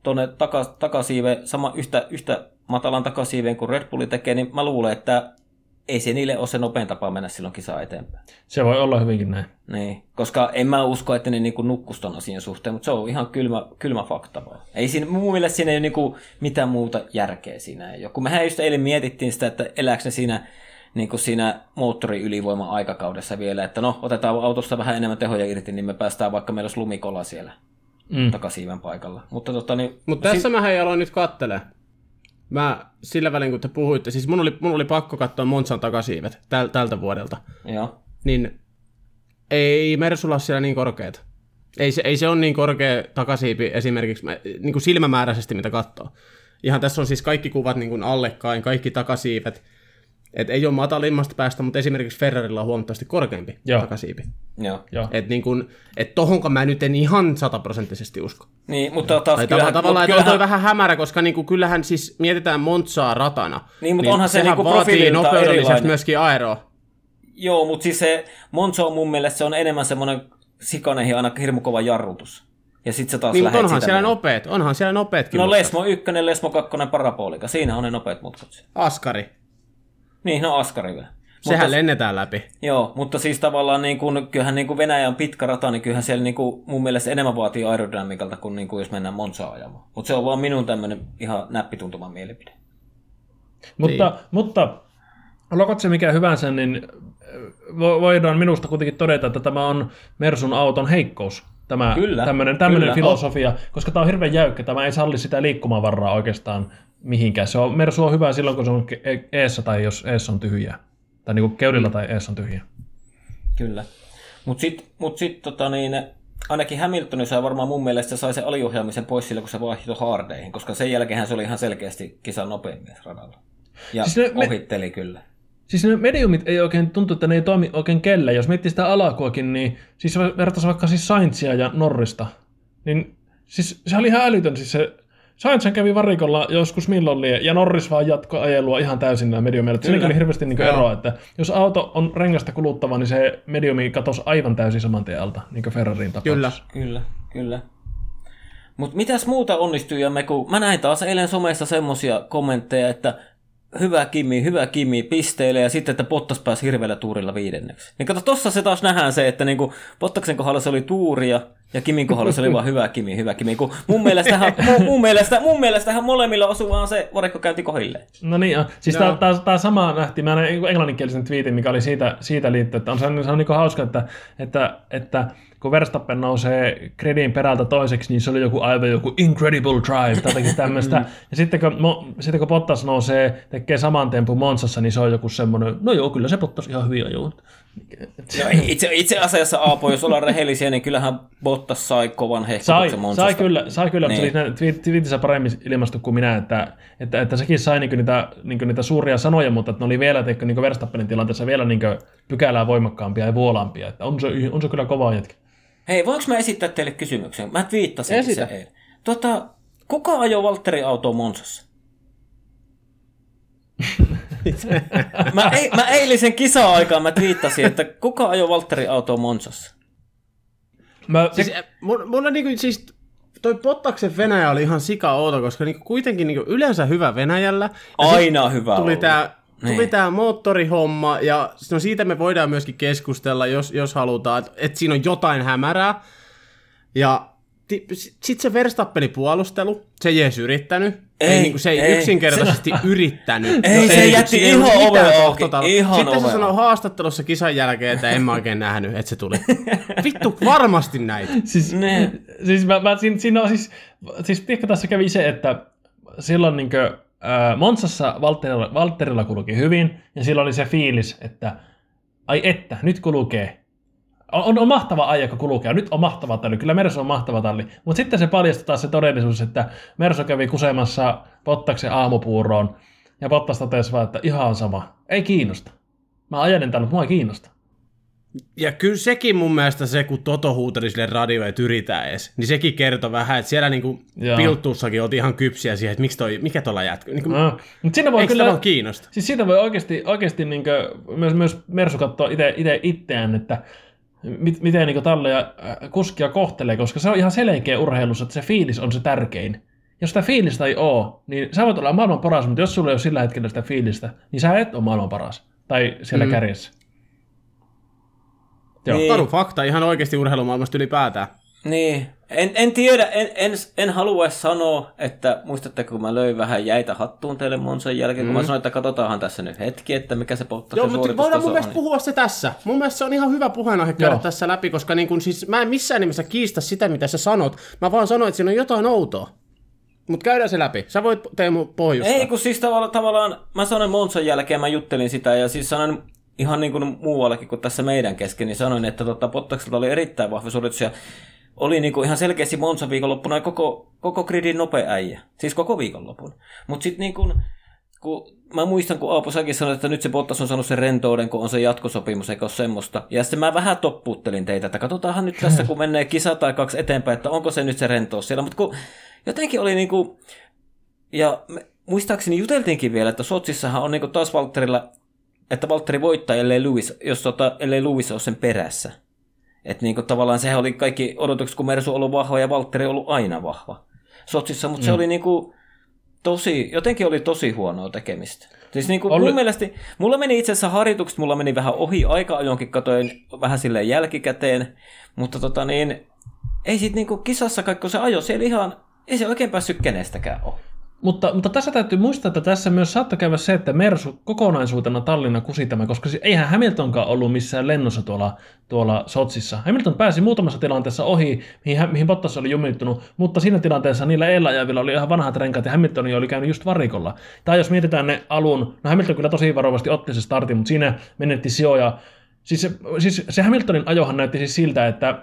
tuonne takasiiveen, yhtä matalan takasiiveen kuin Red Bulli tekee, niin mä luulen, että ei se niille ole se nopein tapa mennä silloin kisaa eteenpäin. Se voi olla hyvinkin näin. Niin, koska en mä usko, että ne niinku nukkuisi ton asian suhteen, mutta se on ihan kylmä fakta vaan. Ei siinä, mun mielestä siinä ei ole niinku mitään muuta järkeä siinä. Ei ole. Kun mehän just eilen mietittiin sitä, että elääkö ne siinä moottori-ylivoima-aikakaudessa vielä, että no, otetaan autosta vähän enemmän tehoja irti, niin me päästään vaikka meillä olisi lumikolla siellä takasiiven paikalla. Mutta tässä mä aloin nyt kattelemaan. Mä sillä välin, kun te puhuitte, siis mun oli pakko katsoa Monzan takasiivet tältä vuodelta. Joo. Niin ei Mersulla ole siellä niin korkeat. Ei se ole niin korkea takasiipi esimerkiksi niin kuin silmämääräisesti, mitä katsoo. Ihan tässä on siis kaikki kuvat niin kuin allekkain, kaikki takasiivet. Et ei ole matalimmasta päästä, mutta esimerkiksi Ferrarilla on huomattavasti korkeampi takasiipi. Joo. Et tohonka mä nyt en ihan 100% usko. Niin, mutta taas tavallaan toi vähän hämärä, koska niinku, kyllähän siis mietitään Monzaa ratana. Niin, mutta onhan se niinku vaatii nopeudellisesti myöskin aeroa. Joo, mutta siis se Monza on mun mielestä se on enemmän semmoinen sikainen ja aina hirmu kova jarrutus. Ja sit sä taas niin, lähet onhan siellä nopeetkin. No Lesmo 1, Lesmo 2, parabolika. Siinä on ne nopeat mutkat. Askari. Niin, no askari vielä. Sehän lennetään läpi. Joo, mutta siis tavallaan niin kun, kyllähän niin kun Venäjä on pitkä rata, niin kyllähän siellä niin kun, mun mielestä enemmän vaatii aerodynamiikalta kuin, niin kun jos mennään Monzaa ajamaan. Mutta se on vaan minun tämmöinen ihan näppituntuva mielipide. Mutta olkoon se mikä hyvänsä, niin voidaan minusta kuitenkin todeta, että tämä on Mersun auton heikkous. Tämmöinen filosofia, koska tämä on hirveän jäykkä, tämä ei salli sitä liikkumavaraa oikeastaan mihinkään. Mersu on hyvä silloin, kun se on eessä tai jos eessä on tyhjää. Tai niin kuin keudilla tai eessä on tyhjää. Kyllä. Mutta ainakin Hamilton sai varmaan mun mielestä sai sen aliohjaamisen pois sillä, kun se vaihtoi hardeihin, koska sen jälkeen se oli ihan selkeästi kisan nopein mies radalla. Ja siis ohitteli kyllä. Siis ne mediumit ei oikein tuntu, että ne ei toimi oikein kelle. Jos miettii sitä alakuakin, niin siis vertaisi vaikka siis Sainzia ja Norrista, niin siis se oli ihan älytön. Siis se Sainz kävi varikolla joskus milloin lie, ja Norris vaan jatkoi ajelua ihan täysin nämä mediumilla. Siinä oli hirveästi niin eroa, että jos auto on rengasta kuluttava, niin se mediumi katosi aivan täysin saman tien alta, niin kuin Ferrarin tapauksessa. Kyllä. Mutta mitäs muuta onnistui, kun mä näin taas eilen somessa semmosia kommentteja, että hyvä Kimi pisteilee, ja sitten, että Bottas pääsi hirveällä tuurilla 5. Niin kato, tossa se taas nähdään se, että niinku Bottaksen kohdalla se oli tuuria, ja Kimin kohdalla se oli vaan hyvä Kimi. Kun mun mielestähän molemmilla osui vaan se varikkokäynti kohilleen. No niin, siis tämä sama nähtiin, mä näin englanninkielisen twiitin, mikä oli siitä liittyen, että se on niinku hauska, että kun Verstappen nousee gridin perältä toiseksi, niin se oli joku incredible drive, tai tämmöistä. Ja sitten kun Bottas nousee, tekee saman tempun Monzassa, niin se on joku semmoinen, no joo, kyllä se Bottas ihan hyvin ajuu. No, itse asiassa Aapo, jos ollaan rehellisiä, niin kyllähän Bottas sai kovan hehkutuksen Monzasta. Sai kyllä, niin. Mutta se oli twiitissä paremmin ilmastu kuin minä, että sekin sai niitä suuria sanoja, mutta että ne oli vielä niin Verstappenin tilanteessa vielä niin pykälää voimakkaampia ja vuolampia. Että on se kyllä kova jätkä. Hei, voinko mä esittää teille kysymyksen? Mä twiittasin sen eilen. Kuka ajoi Valtterin autoa Monzassa? mä eilisen kisa-aikaan mä twiittasin, että kuka ajoi Valtterin autoa Monzassa? Mulla niinku siis toi Bottaksen Venäjä oli ihan sika-outo, koska niinku kuitenkin niinku yleensä hyvä Venäjällä. Aina hyvä tuli tää moottorihomma, ja no siitä me voidaan myöskin keskustella, jos halutaan, että siinä on jotain hämärää. Ja sitten se Verstappenin puolustelu, se ei edes yrittänyt. Se ei yksinkertaisesti yrittänyt. Se jätti ihan oven auki. Sitten se sanoi haastattelussa kisan jälkeen, että en mä oikein nähnyt, että se tuli. Vittu, varmasti näitä. Siinä on siis tiedätkö, tässä kävi se, että silloin Monzassa Valtterilla kulki hyvin, ja silloin oli se fiilis, että nyt kulkee. On mahtava aika, kun kulkee. Nyt on mahtava talli. Kyllä Mersu on mahtava talli. Mutta sitten se paljastui taas se todellisuus, että Mersu kävi kusemassa Bottaksen aamupuuroon. Ja Bottas totesi vaan, että ihan sama. Ei kiinnosta. Mä ajelen täällä, mutta mua ei kiinnosta. Ja kyllä sekin mun mielestä se, kun Toto huuteli sille radioon, että yritää edes, niin sekin kertoi vähän, että siellä niinku Pilttuussakin oltiin ihan kypsiä siihen, että mikä tuolla jatkuu. Niinku, eikö tämä ole kiinnosta? Siis siitä voi oikeasti niinku, myös Mersu katsoo itseään, että miten niin talleja kuskia kohtelee, koska se on ihan selkeä urheilussa, että se fiilis on se tärkein. jos sitä fiilistä ei ole, niin sä voit olla maailman paras, mutta jos sulla ei ole sillä hetkellä sitä fiilistä, niin sä et ole maailman paras. Tai siellä kärjessä. Niin. Karu fakta ihan oikeasti urheilumaailmasta ylipäätään. Niin, en tiedä, en halua sanoa, että muistatteko, kun mä löin vähän jäitä hattuun teille Monsan jälkeen, kun mä sanoin, että katsotaanhan tässä nyt hetki, että mikä se Bottaksen suoritustaso on. Joo, mutta voidaan mun mielestä puhua se tässä. Mun mielestä se on ihan hyvä puheenaihe käydä tässä läpi, koska niin kun, siis, mä en missään nimessä kiistä sitä, mitä sä sanot. Mä vaan sanoin, että siinä on jotain outoa. Mutta käydään se läpi. Sä voit Teemu pohjustaa. Ei, kun siis tavallaan mä sanoin Monsan jälkeen, mä juttelin sitä ja siis sanoin ihan niin kuin muuallakin kuin tässä meidän kesken, niin sanoin, että Bottakselta oli erittäin vahva suoritus ja oli niinku ihan selkeästi Monza viikonloppuna koko gridin nopea äijä. Siis koko viikonlopun. Mutta sitten niinku, kun mä muistan, kun Aapo säkin sanoi, että nyt se Bottas on saanut sen rentouden, kun on se jatkosopimus, eikä ole semmoista. Ja sitten mä vähän toppuuttelin teitä, että katsotaanhan nyt tässä, kun menee kisa tai 2 eteenpäin, että onko se nyt se rentous siellä. Mutta kun jotenkin oli niinku, ja muistaakseni juteltiinkin vielä, että Sotsissahan on niinku taas Valtterilla, että Valtteri voittaa, ellei Lewis ole sen perässä. Että niinku tavallaan sehän oli kaikki odotukset, kun Mersu on ollut vahva ja Valtteri on ollut aina vahva Sotsissa, mutta se oli niinku jotenkin oli tosi huonoa tekemistä. Siis niinku mun mielestä, mulla meni itse asiassa harjoitukset, mulla meni vähän ohi, aika ajonkin katoin vähän silleen jälkikäteen, mutta ei sit niinku kisassa kaikko se ajo, ei se oikein päässyt kenestäkään ole. Mutta tässä täytyy muistaa, että tässä myös saattoi käydä se, että Mersu kokonaisuutena Tallinna kusi tämä, koska eihän Hamiltonkaan ollut missään lennossa tuolla Sotsissa. Hamilton pääsi muutamassa tilanteessa ohi, mihin Bottas oli jumittunut, mutta siinä tilanteessa niillä edelläajavilla oli ihan vanhat renkaat ja Hamilton oli käynyt just varikolla. Tai jos mietitään ne alun, no Hamilton kyllä tosi varovasti otti se startin, mutta siinä menetti sijoja. Siis se Hamiltonin ajohan näytti siis siltä, että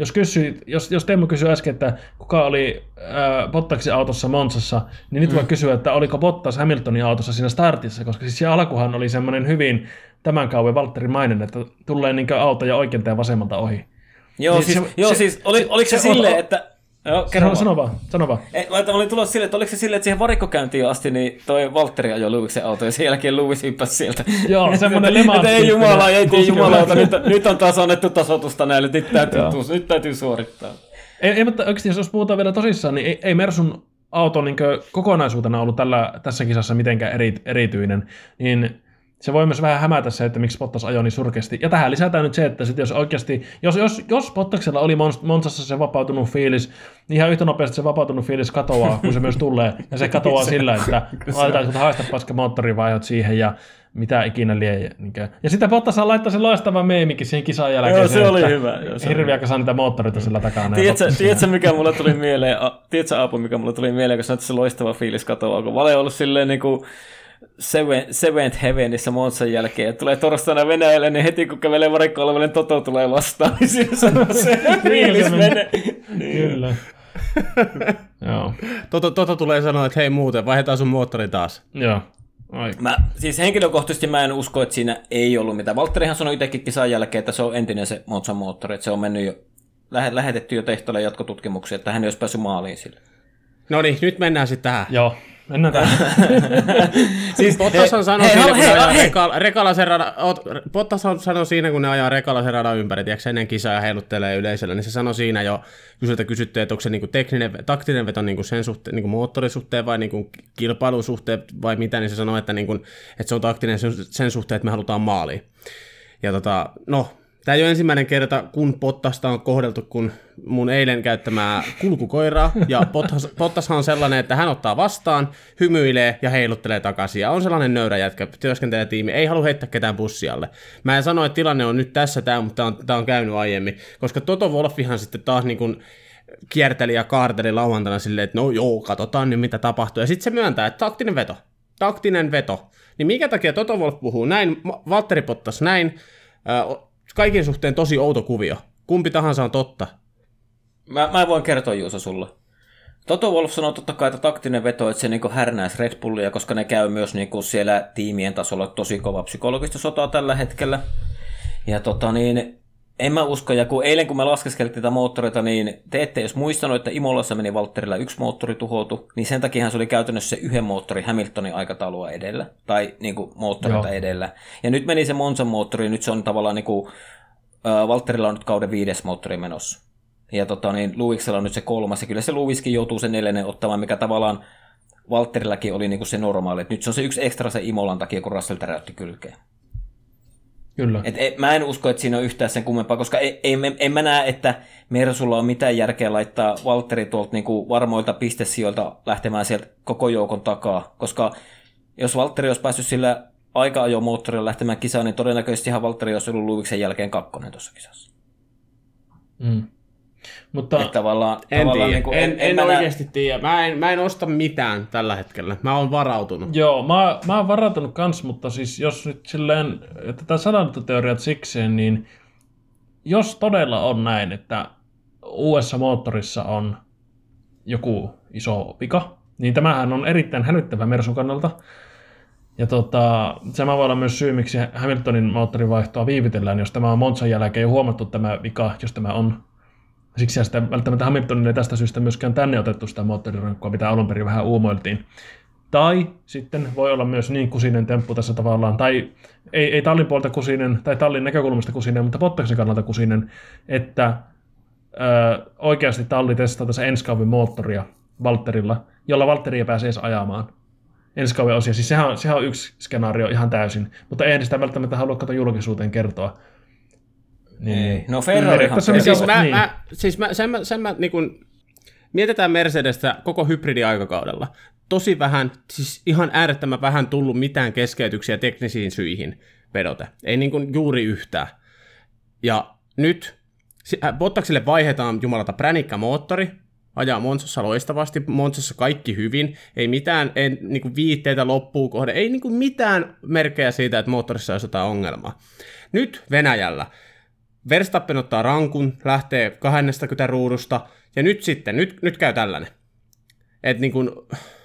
jos Teemu kysyi äsken, että kuka oli Bottaksen autossa Monsassa, niin nyt voi kysyä, että oliko Bottas Hamiltonin autossa siinä startissa, koska siis se alkuhan oli semmoinen hyvin tämän kauden Valtteri-mainen, että tulee niinkö autoja oikealta ja vasemmalta ohi. Joo, siis oliko se silleen, että... Joo, sano vaan. Mä olin tulossa silleen, että oliko se silleen, että siihen varikkokäyntiin asti, niin toi Valtteri ajoi Lewisin auto ja sen jälkeen Lewis hyppäsi sieltä. Joo, semmoinen lemantti. Ei jumalauta, nyt on taas annettu tasoitusta näille, nyt täytyy suorittaa. Ei, mutta oikeasti jos puhutaan vielä tosissaan, niin ei Mersun auto niin kokonaisuutena ollut tässä kisassa mitenkään erityinen, niin se voi myös vähän hämätä se, että miksi Bottas ajoi niin surkeasti. Ja tähän lisätään nyt se, että sit jos oikeasti, jos Bottaksella oli Monsassa se vapautunut fiilis, niin ihan yhtä nopeasti se vapautunut fiilis katoaa, kun se myös tulee. Ja se katoaa sillä, että laitetaan haista paska moottorivaihot siihen ja mitä ikinä lie. Ja sitten Bottas laittaa sen loistavan meemikin siihen kisan jälkeen. Joo, se oli hyvä. Hirviä kasa niitä moottoreita sillä takana. Tiedätkö, mikä mulle tuli mieleen? Tiedätkö, Aapo, mikä mulle tuli mieleen, kun sanoit, että se loistava fiilis katoaa, kun Vale on ollut silleen niin kuin Seventh Heavenissä Monsan jälkeen, että tulee torstaina Venäjälle, niin heti kun kävelee varikko-alueelle, Toto tulee vastaan, niin siinä sanoo se fiilis menee. Kyllä. Joo. Toto tulee sanoa, että hei muuten, vaihdetaan sun moottori taas. Joo. Siis henkilökohtaisesti mä en usko, että siinä ei ollut mitään. Valtterihan sanoi itsekin kisan jälkeen, että se on entinen se Monsan moottori, että se on mennyt jo, lähetetty jo tehtaalle jatkotutkimuksia, että hän ei olisi päässyt maaliin sille. No niin, nyt mennään sitten tähän. Joo. Mennään tähän. Siis Bottashan sanoi siinä, kun ne ajaa Rekalasen radan, Bottashan sanoi siinä, kun ne ajaa Rekalasen radan ympäri, tiedätkö, ennen kisaa ja heiluttelee yleisöllä, niin se sanoi siinä jo, kysyttiin, että onko se niinku taktinen veto niinku sen suhteen, niinku moottorisuhteen vai niinku kilpailun suhteen vai mitä, niin se sanoi, että, niinku, että se on taktinen sen suhteen, että me halutaan maaliin. Ja tämä ei ole ensimmäinen kerta, kun Bottasta on kohdeltu kuin mun eilen käyttämää kulkukoiraa, ja Bottashan on sellainen, että hän ottaa vastaan, hymyilee ja heiluttelee takaisin, ja on sellainen nöyrä jätkä, työskentelee tiimi, ei halua heittää ketään bussialle. Mä en sano, että tilanne on nyt tässä, mutta tämä on käynyt aiemmin, koska Toto Wolffihan sitten taas niin kuin kierteli ja kaarteli lauantaina silleen, että no joo, katsotaan nyt mitä tapahtuu, ja sitten se myöntää, että taktinen veto. Niin minkä takia Toto Wolff puhuu näin, Valtteri Bottas näin, kaiken suhteen tosi outo kuvio. Kumpi tahansa on totta. Mä voin kertoa Juuso sulle. Toto Wolff sanoo totta kai, että taktinen veto, että se niinku härnäisi Red Bullia, koska ne käy myös niinku siellä tiimien tasolla tosi kova psykologista sotaa tällä hetkellä. Ja en mä usko, ja eilen kun me laskeskeltiin tätä moottoreita, niin te ette jos muistanut, että Imolassa meni Valtterilla 1 moottori tuhoutu, niin sen takiahan se oli käytännössä se 1 moottori Hamiltonin aikataulua edellä, tai niinku moottoreita edellä. Ja nyt meni se Monsan moottori, nyt se on tavallaan niinku, Valtterilla on nyt kauden 5. moottori menossa. Ja Lewisilla on nyt se 3, ja kyllä se Lewiskin joutuu sen 4 ottamaan, mikä tavallaan Valtterillakin oli niinku se normaali. Et nyt se on se yksi ekstra se Imolan takia, kun Russell täräytti kylkeen. Kyllä. Mä en usko, että siinä on yhtään sen kummempaa, koska en mä näe, että Mersulla on mitään järkeä laittaa Valtteri tuolta niinku varmoilta pistesijoilta lähtemään sieltä koko joukon takaa, koska jos Valtteri olisi päässyt sillä aika-ajomoottorilla lähtemään kisaan, niin todennäköisesti Valtteri olisi ollut Lewiksen jälkeen 2 tuossa kisassa. Mutta en tiedä. Niin en oikeasti tiedä. Mä en osta mitään tällä hetkellä. Mä oon varautunut. Joo, mä oon varautunut kans, mutta siis jos nyt silleen, että tätä salaliittoteoriat sikseen, niin jos todella on näin, että uudessa moottorissa on joku iso vika, niin tämähän on erittäin hälyttävä Mersun kannalta. Ja se voi olla myös syy, miksi Hamiltonin moottorivaihtoa viivytellään, jos tämä on Monzan jälkeen jo huomattu tämä vika, jos tämä on. Siksi sitä välttämättä Hamiltonille tästä syystä myöskään tänne otettu sitä moottorirankkua, mitä alun perin vähän uumoiltiin. Tai sitten voi olla myös niin kusinen temppu tässä tavallaan, tai ei tallin puolta kusinen, tai tallin näkökulmasta kusinen, mutta Bottaksen kannalta kusinen, että oikeasti talli testaa tässä ensi kauden moottoria Valtterilla, jolla Valtteri ei pääse edes ajamaan ensi kauden osia. Siis sehän on yksi skenaario ihan täysin, mutta eihän sitä välttämättä halua katsoa julkisuuteen kertoa. Niin. No Ferrarihan... Mietitään Mercedestä koko hybridiaikakaudella. Tosi vähän, siis ihan äärettömän vähän tullut mitään keskeytyksiä teknisiin syihin vedoten. Ei niin kuin juuri yhtään. Ja nyt Bottaksille vaihdetaan jumalata pränikkämoottori, ajaa Monzassa loistavasti, Monzassa kaikki hyvin, ei mitään niin kuin viitteitä loppuun kohde, ei niin kuin mitään merkkejä siitä, että moottorissa olisi jotain ongelmaa. Nyt Venäjällä Verstappen ottaa rankun, lähtee 20 ruudusta, ja nyt käy tällainen. Että niin kuin,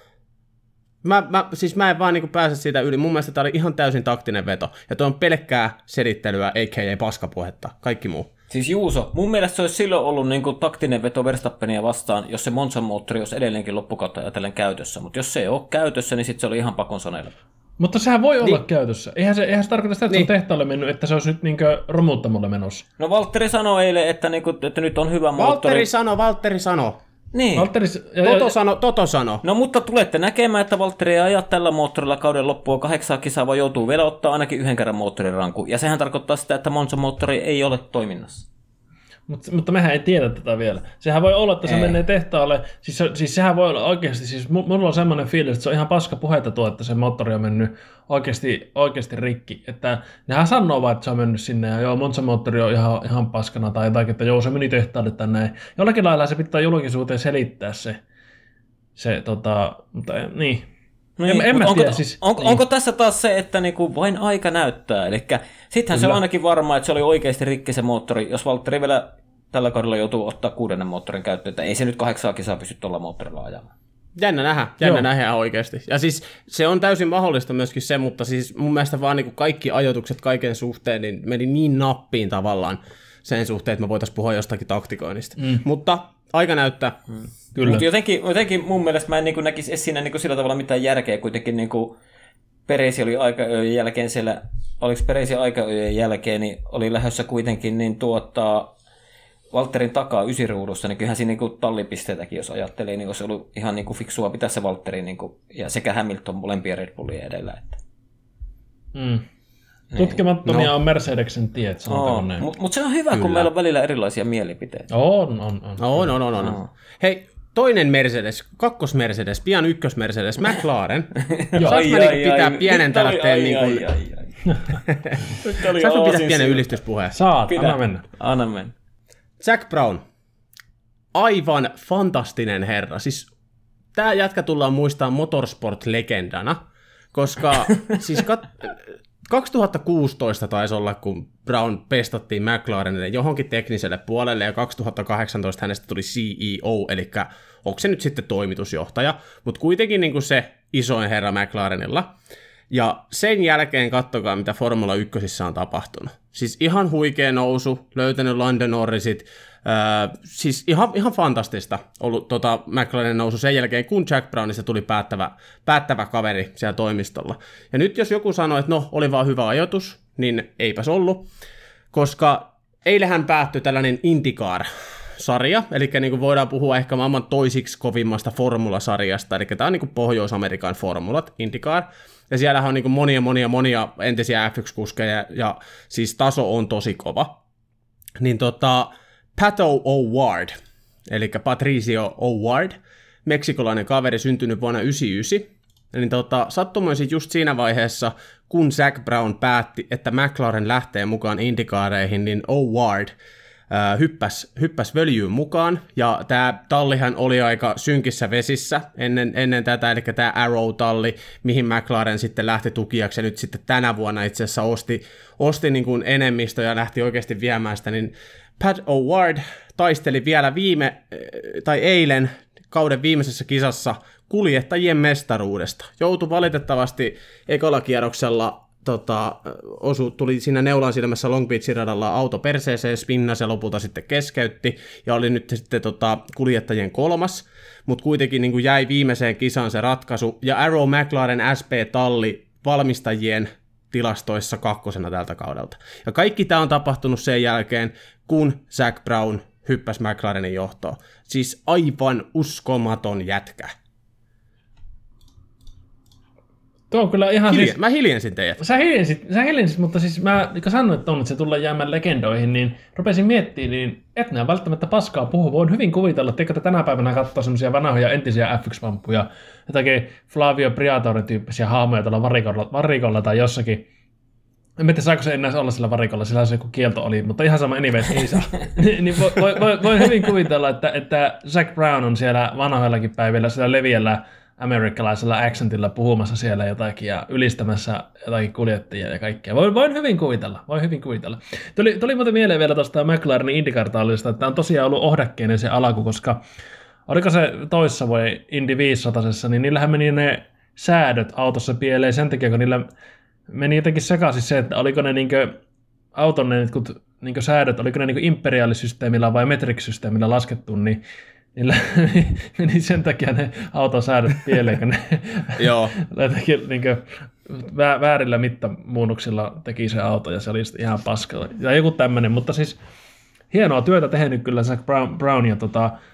mä en vaan niin kuin pääse siitä yli. Mun mielestä tää oli ihan täysin taktinen veto, ja tuo on pelkkää selittelyä, a.k.a. paskapuhetta, kaikki muu. Siis Juuso, mun mielestä se olisi silloin ollut niin kuin taktinen veto Verstappenia vastaan, jos se Monzan moottori olisi edelleenkin loppukautta ajatellen käytössä, mutta jos se ei ole käytössä, niin sitten se oli ihan pakon sanella. Mutta sehän voi olla käytössä. Eihän se tarkoita sitä, että se on tehtaalle mennyt, että se olisi nyt niinkö romuuttamolle menossa. No Valtteri sanoi eilen, että nyt on hyvä moottori. Valtteri sanoi. Niin. Toto sano. No mutta tulette näkemään, että Valtteri ei aja tällä moottorilla kauden loppua 8 kisaa, vaan joutuu vielä ottaa ainakin 1 kerran moottoriranku. Ja sehän tarkoittaa sitä, että Monzan moottori ei ole toiminnassa. Mutta mehän ei tiedä tätä vielä. Sehän voi olla, että se menee tehtaalle. Siis sehän voi olla oikeasti, siis mulla on semmoinen fiilis, että se on ihan paska puhetta tuo, että se moottori on mennyt oikeasti rikki. Että nehän sanoo vaan, että se on mennyt sinne ja joo, Monzan moottori on ihan paskana tai jotakin, että joo, se meni tehtaalle tänne näin. Jollakin lailla se pitää julkisuuteen selittää se mutta niin. En mä tiedä. Onko tässä taas se, että niinku vain aika näyttää? Eli sittenhän se on ainakin varmaa, että se oli oikeasti rikki se moottori, jos Valtteri vielä tällä kaudella joutuu ottaa 6. moottorin käyttöön, että ei se nyt 8 kisaa pysty tuolla moottorilla ajamaan. Jännä nähdä oikeasti. Ja siis se on täysin mahdollista myöskin se, mutta siis mun mielestä vaan niin kuin kaikki ajoitukset kaiken suhteen niin meni niin nappiin tavallaan sen suhteen, että me voitaisiin puhua jostakin taktikoinnista. Mutta aika näyttää. Kyllä. Mutta jotenkin mun mielestä mä en niin näkisi siinä niin sillä tavalla mitään järkeä kuitenkin. Niin Peresi oli aikaöjen jälkeen siellä, oliko Peresi aikaöjen jälkeen, niin oli lähdössä kuitenkin niin Valtterin takaa 9 ruudussa, niin kyllähän siinä niin tallipisteitäkin, jos ajattelee, niin olisi ollut ihan niin fiksua pitää se Valtteri niin ja sekä Hamilton molempia Red Bullien edellä. Että. Niin. Tutkimattomia on Mercedesen tiet, sanotaan näin. Mutta se on hyvä, kun meillä on välillä erilaisia mielipiteitä. On. Hei, toinen Mercedes, 2. Mercedes, pian 1. Mercedes, McLaren. Saanko mä pitää pienen tällaisen saanko pitää pienen ylistyspuheen? Saat, anna mennä. Zac Brown, aivan fantastinen herra. Siis tää jätkä tullaan muistamaan motorsport-legendana, koska siis 2016 taisi olla, kun Brown pestattiin McLarenille johonkin tekniselle puolelle, ja 2018 hänestä tuli CEO, eli onko se nyt sitten toimitusjohtaja, mutta kuitenkin niin kuin se isoin herra McLarenilla. Ja sen jälkeen katsokaa, mitä Formula 1 on tapahtunut. Siis ihan huikea nousu, löytänyt Lando Norrisit, siis ihan fantastista ollut McLarenin nousu sen jälkeen, kun Jack Brownista tuli päättävä kaveri siellä toimistolla. Ja nyt jos joku sanoo, että no, oli vaan hyvä ajoitus, niin eipäs ollut, koska eilähän päättyi tällainen IndyCar sarja, eli niin kuin voidaan puhua ehkä maailman toisiksi kovimmasta formulasarjasta, eli tämä on niin kuin Pohjois-Amerikan formulat, IndyCar, ja siellähän on niin kuin monia entisiä F1-kuskeja, ja siis taso on tosi kova. Niin Pato O'Ward, eli Patricio O'Ward, meksikolainen kaveri, syntynyt vuonna 1999, niin sattumoisin just siinä vaiheessa, kun Zac Brown päätti, että McLaren lähtee mukaan IndyCareihin, niin O'Ward hyppäs völjyyn mukaan, ja tämä tallihan oli aika synkissä vesissä ennen tätä, eli tämä Arrow-talli, mihin McLaren sitten lähti tukijaksi, ja nyt sitten tänä vuonna itse asiassa osti niin kuin enemmistö ja lähti oikeasti viemään sitä, niin Pat O'Ward taisteli vielä eilen kauden viimeisessä kisassa kuljettajien mestaruudesta. Joutui valitettavasti ekalla kierroksella tuli siinä neulan silmässä Long Beachin radalla auto perseeseen, spinnasi ja lopulta sitten keskeytti, ja oli nyt sitten kuljettajien 3, mutta kuitenkin niin kuin jäi viimeiseen kisaan se ratkaisu, ja Arrow McLaren SP-talli valmistajien tilastoissa 2. tältä kaudelta. Ja kaikki tämä on tapahtunut sen jälkeen, kun Zac Brown hyppäsi McLarenin johtoon. Siis aivan uskomaton jätkä. Tuo on kyllä ihan Mä hiljensin teidät. Sä hiljensit, mutta siis mä, niin kuin sanoin, että se tulee jäämään legendoihin, niin rupesin miettimään, niin et näe välttämättä paskaa puhua. Voin hyvin kuvitella, että tänä päivänä katsoo semmoisia vanhoja entisiä F1-vamppuja, jotakin Flavio Briatore-tyyppisiä haamoja tuolla varikolla tai jossakin. En tiedä, saako se enää olla sillä varikolla, sillä se joku kielto oli, mutta ihan sama anyways, ei saa. Niin voin hyvin kuvitella, että Zac Brown on siellä vanhoillakin päivillä siellä leviällä amerikkalaisella accentilla puhumassa siellä jotakin ja ylistämässä jotakin kuljettajia ja kaikkea. Voin hyvin kuvitella. Tuli muuten mieleen vielä tuosta McLarenin IndyCar-tallista, että on tosiaan ollut ohdakkeinen se alku, koska oliko se toissa voi Indy 500, niin niillähän meni ne säädöt autossa pieleen sen takia, kun niillä meni jotenkin sekaisin se, että oliko ne auton ne säädöt, oliko ne imperiaalisysteemillä vai metric-systeemillä laskettu, niin niillä meni sen takia ne auton säädöt pieleen, kun ne väärillä mittamuunnuksilla teki se auto, ja se oli ihan paska. Ja joku tämmöinen, mutta siis hienoa työtä tehnyt kyllä Zac Brown, ja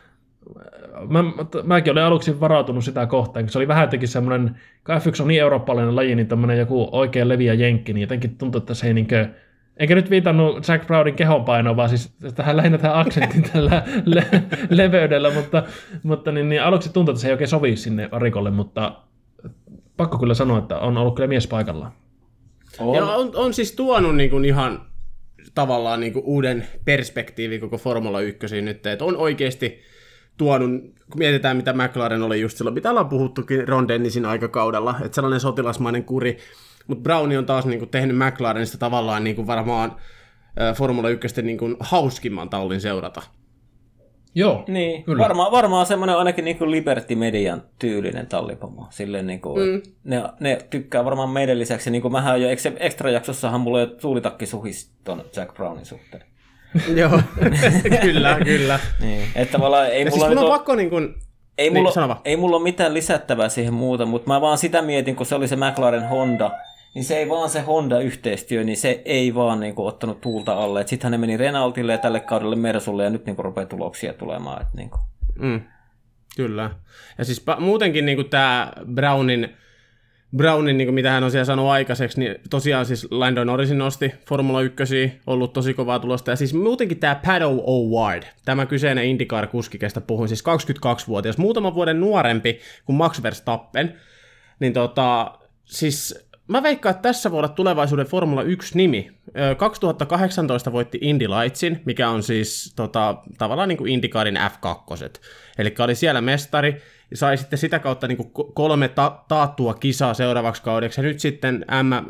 mäkin olin aluksi varautunut sitä kohtaan, kun se oli vähän jotenkin semmoinen, kun F1 on niin eurooppalainen laji, niin tämmöinen joku oikein leviä jenkki, niin jotenkin tuntui, että se ei eikä nyt viitannut Zac Brownin kehonpainoa, vaan siis lähinnä tähän aksentin tällä leveydellä, mutta niin aluksi tuntui, että se ei oikein sovi sinne varikolle, mutta pakko kyllä sanoa, että on ollut kyllä mies paikallaan. Ja on siis tuonut niin kuin ihan tavallaan niin kuin uuden perspektiivin koko Formula 1 nyt, että on oikeasti tuonut, kun mietitään mitä McLaren oli just silloin, mitä ollaan puhuttukin Ron Dennisin aikakaudella, että sellainen sotilasmainen kuri, mutta Browni on taas niin kuin tehnyt McLarenista tavallaan niin kuin varmaan Formula 1 niin kuin hauskimman tallin seurata. Joo, niin, varmaan semmoinen ainakin niin kuin Liberty Median tyylinen tallipomo. Silleen niin kuin, ne tykkää varmaan meidän lisäksi, niin kuin mähän jo Extra-jaksossahan mulla jo suulitakki suhis ton Zac Brownin suhteen. Joo, kyllä. Niin, että tavallaan ei ja mulla siis on pakko niin kuin... Ei mulla ole mitään lisättävää siihen muuta, mutta mä vaan sitä mietin, kun se oli se McLaren Honda, niin se ei vaan se Honda-yhteistyö, niin se ei vaan niin kuin ottanut tuulta alle. Sittenhän ne meni Renaultille ja tälle kaudelle Mersulle, ja nyt niin kuin rupeaa tuloksia tulemaan. Että niin kuin. Kyllä. Ja siis muutenkin niin kuin tämä Brownin niin kuin mitä hän on siellä sanonut aikaiseksi, niin tosiaan siis Lando Norrisin nosti Formula 1, ollut tosi kovaa tulosta. Ja siis muutenkin tämä Pato O'Ward, tämä kyseinen IndyCar-kuski, kestä puhuin, siis 22-vuotias, muutaman vuoden nuorempi kuin Max Verstappen, niin siis mä veikkaan, että tässä voi olla tulevaisuuden Formula 1-nimi. 2018 voitti Indy Lightsin, mikä on siis tavallaan niin kuin IndyCarin F2. Eli oli siellä mestari, ja sai sitten sitä kautta niin kuin 3 taattua kisaa seuraavaksi kaudeksi, ja nyt sitten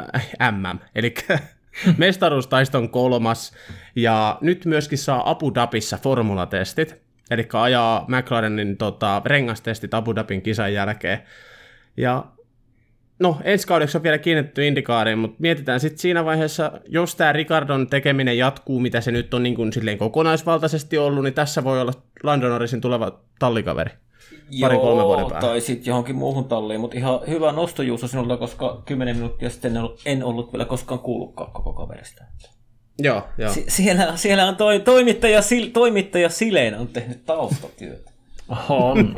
eli mestaruustaiston 3, ja nyt myöskin saa Abu Dhabissa formulatestit, eli ajaa McLarenin rengastestit Abu Dhabin kisan jälkeen, ja no, ensi kaudeksi on vielä kiinnitetty IndyCariin, mutta mietitään sitten siinä vaiheessa, jos tämä Ricardon tekeminen jatkuu, mitä se nyt on niin kuin silleen kokonaisvaltaisesti ollut, niin tässä voi olla Lando Norrisin tuleva tallikaveri. 2-3 vuoden päähän. Tai sitten johonkin muuhun talliin, mutta ihan hyvä nosto Juuso sinulta, koska 10 minuuttia sitten en ollut vielä koskaan kuullutkaan koko kaverista. Joo. Siellä on toimittaja Silen on tehnyt taustatyötä. On.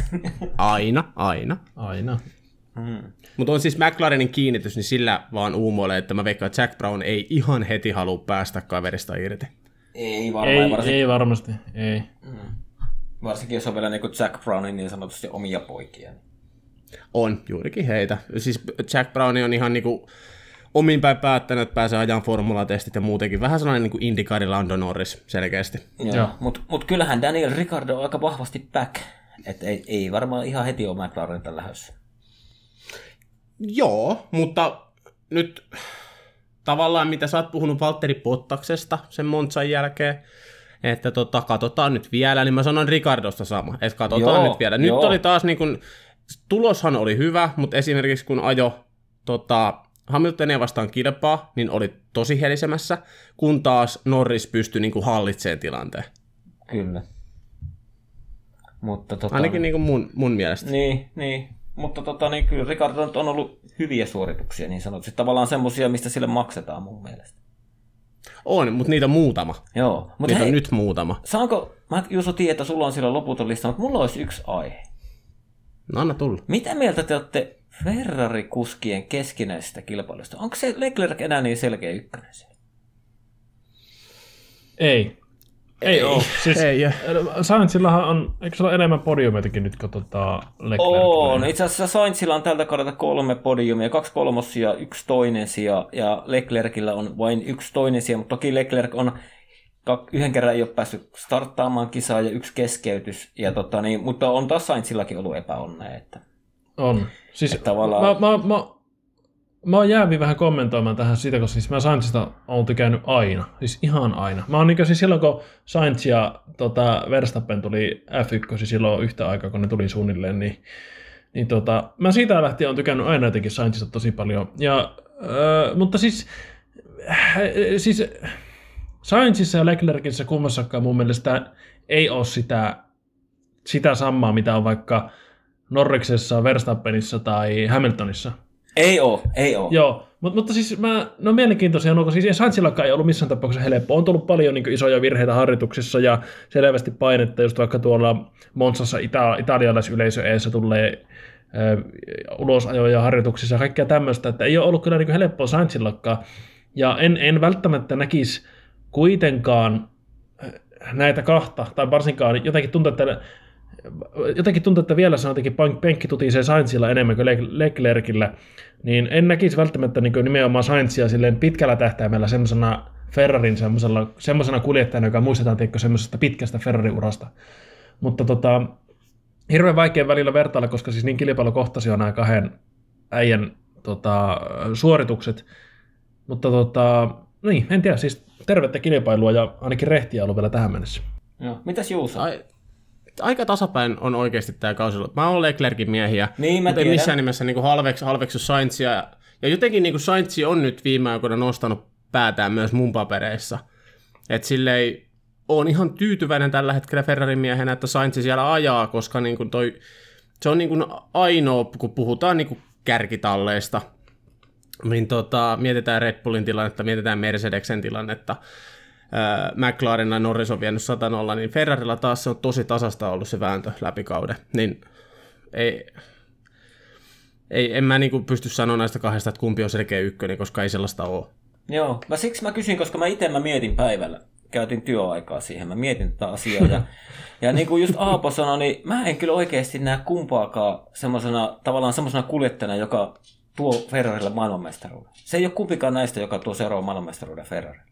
Aina. Mutta on siis McLarenin kiinnitys, niin sillä vaan uumoilee, että mä veikkaan, että Jack Brown ei ihan heti halua päästä kaverista irti. Ei varmasti. Varsinkin jos on vielä niin kuin Jack Brownin niin sanotusti omia poikia. On, juurikin heitä. Siis Jack Brown on ihan niinku omin päin päättänyt, että pääsee ajan formulatestit ja muutenkin. Vähän sellainen niin kuin IndyCar Lando Norris selkeästi. Joo. Mutta kyllähän Daniel Ricciardo on aika vahvasti back. Että ei varmaan ihan heti ole McLarenilta lähdössä. Joo, mutta nyt tavallaan mitä sä oot puhunut Valtteri Bottaksesta sen Monzan jälkeen, että katsotaan nyt vielä, niin mä sanon Ricciardosta sama, että katsotaan nyt vielä. Nyt oli taas niin kuin, tuloshan oli hyvä, mutta esimerkiksi kun ajo Hamiltonia vastaan kilpaa, niin oli tosi helisemässä, kun taas Norris pystyi niin kuin hallitsemaan tilanteen. Kyllä. Mutta ainakin niin kuin mun mielestä. Niin. Mutta niin kyllä Ricciardo on ollut hyviä suorituksia, niin sanotusti. Tavallaan semmoisia, mistä sille maksetaan mun mielestä. On, mutta niitä on muutama. Joo. Niitä on nyt muutama. Saanko, mä Juuso tiedän, että sulla on siellä loputon lista, mutta mulla olisi yksi aihe. No anna tulla. Mitä mieltä te olette Ferrari-kuskien keskinäisestä kilpailusta? Onko se Leclerc enää niin selkeä ykkönen siellä? Ei ole. Siis Sainzillahan on, eikö se ole enemmän podiumeitakin nyt kuin Leclerc? On. Itse asiassa Sainzilla on tältä kaudelta 3 podiumia, 2 kolmosia, 1 toinen sija, ja Leclercillä on vain 1 toinen sija, mutta toki Leclerc on yhden kerran ei ole päässyt starttaamaan kisaa ja 1 keskeytys, ja mutta on taas Sainzillakin ollut epäonnea. Että, on. Siis tavallaan mä oon jäävi vähän kommentoimaan tähän siitä, koska siis mä Sainzista oon tykännyt aina, siis ihan aina. Mä oon siis silloin, kun Sainz ja Verstappen tuli F1 silloin yhtä aikaa, kun ne tuli suunnilleen, niin mä siitä lähtien oon tykännyt aina jotenkin Sainzista tosi paljon. Mutta siis Sainzissa ja Leclercissä kummassakaan mun mielestä ei ole sitä samaa, mitä on vaikka Norriksessa, Verstappenissa tai Hamiltonissa. Ei oo. Joo, mutta siis mielenkiintoisia on, siis Sainzillakaan ei ollut missään tapauksessa helppoa. On tullut paljon niin kuin isoja virheitä harjoituksissa ja selvästi painetta, just vaikka tuolla Monzassa italialaisyleisö eessä tulee ulosajoja harjoituksissa ja kaikkea tämmöistä, että ei ole ollut kyllä niin kuin helppoa Sainzillakaan. Ja en välttämättä näkisi kuitenkaan näitä kahta, tai varsinkaan jotenkin tuntuu, että vielä se on jotenkin penkki tutisee Sainzilla enemmän kuin Leclercillä, niin en näkisi välttämättä niin nimenomaan Sainzia silleen pitkällä tähtäimellä semmoisena Ferrarin semmoisena kuljettajana, joka muistetaan semmoisesta pitkästä Ferrari-urasta. Mutta hirveän vaikea välillä vertailla, koska siis niin kilpailukohtaisia on nämä kahden äijän suoritukset. Mutta niin, en tiedä, siis tervettä kilpailua ja ainakin rehtiä ollut vielä tähän mennessä. Joo. Mitäs Juuso? Aika tasapäin on oikeasti tämä kausi. Mä oon Leclercin miehiä, niin, mutta en missään nimessä niin halveksu Sainzia. Ja jotenkin niin Sainz on nyt viime aikoina nostanut päätään myös mun papereissa. Että silleen oon ihan tyytyväinen tällä hetkellä Ferrarin miehenä, että Sainz siellä ajaa, koska niin kuin se on niin kuin ainoa, kun puhutaan niin kuin kärkitalleista, niin mietitään Red Bullin tilannetta, mietitään Mercedesen tilannetta, McLaren ja Norris on vienyt 100-0, niin Ferrarilla taas se on tosi tasasta ollut se vääntö läpi kauden. Niin en mä niinku pysty sanoa näistä kahdesta, että kumpi on selkeä ykkönen, koska ei sellaista ole. Joo, siksi mä kysyin, koska mä mietin päivällä. Käytin työaikaa siihen, mä mietin tätä asiaa. Ja niin kuin just Aapo sanoi, niin mä en kyllä oikeasti näe kumpaakaan tavallaan semmoisena kuljettajana, joka tuo Ferrarille maailmanmestaruuden. Se ei ole kumpikaan näistä, joka tuo seuraavan maailmanmestaruuden Ferrarille.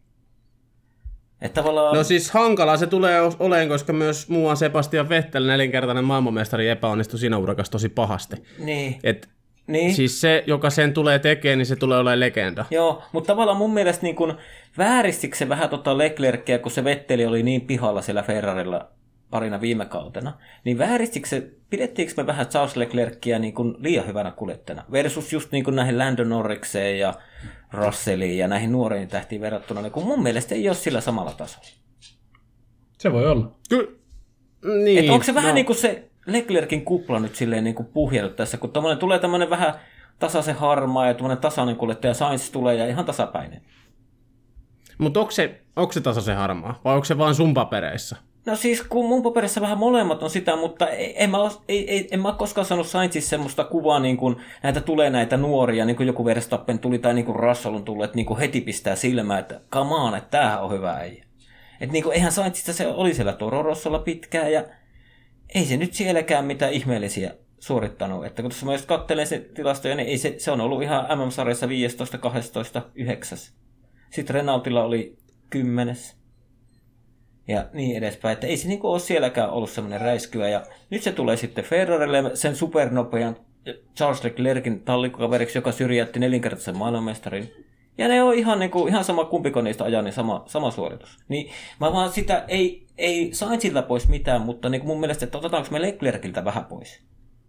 No siis hankalaa se tulee olemaan, koska myös muuan Sebastian Vettel, 4-kertainen maailmanmestari, epäonnistui siinä urakas tosi pahasti. Niin. Siis se, joka sen tulee tekemään, niin se tulee olemaan legenda. Joo, mutta tavallaan mun mielestä niin kun vääristikö se vähän Leclercia, kun se Vetteli oli niin pihalla siellä Ferrarilla parina viime kautena, niin pidettiinkö me vähän Charles Leclercia niin kuin liian hyvänä kuljettajana versus just niin kuin näihin Lando Norrikseen ja Russelliin ja näihin nuoriin tähtiin verrattuna, niin kun mun mielestä ei ole sillä samalla tasolla. Se voi olla. Niin, onko se vähän niin kuin se Leclercin kupla nyt silleen niin kuin puhjennut tässä, kun tulee tämmöinen vähän tasaisen harmaa ja tämmöinen tasainen kuljettaja Sainz tulee ja ihan tasapäinen. Mutta onko se tasaisen harmaa, vai onko se vaan sun papereissa? No siis, kun mun paperissa vähän molemmat on sitä, mutta en mä ole koskaan saanut Sainzissa semmoista kuvaa, niin kuin näitä nuoria, niin kuin joku Verstappen tuli, tai niin kuin Russell on tullut, että niin kuin heti pistää silmää, että come on, että tämähän on hyvä äijä. Että niin kuin, eihän Sainzissa se oli siellä Toro Rossolla pitkään, ja ei se nyt sielläkään mitään ihmeellisiä suorittanut. Että kun tuossa mä just katselen se tilastoja, niin ei se on ollut ihan MM-sarjassa 15, 12, 9. Sitten Renaultilla oli 10. Ja niin edespäin, että ei se niinku ole sielläkään ollut semmoinen räiskyä. Ja nyt se tulee sitten Ferrarille sen supernopean Charles Leclercin tallikaveriksi, joka syrjäytti 4-kertaisen maailmanmestarin. Ja ne on ihan sama kumpiko niistä ajaa, niin sama suoritus. Niin mä vaan sitä ei Sainzilta pois mitään, mutta niin mun mielestä, että otetaanko me Leclerciltä vähän pois?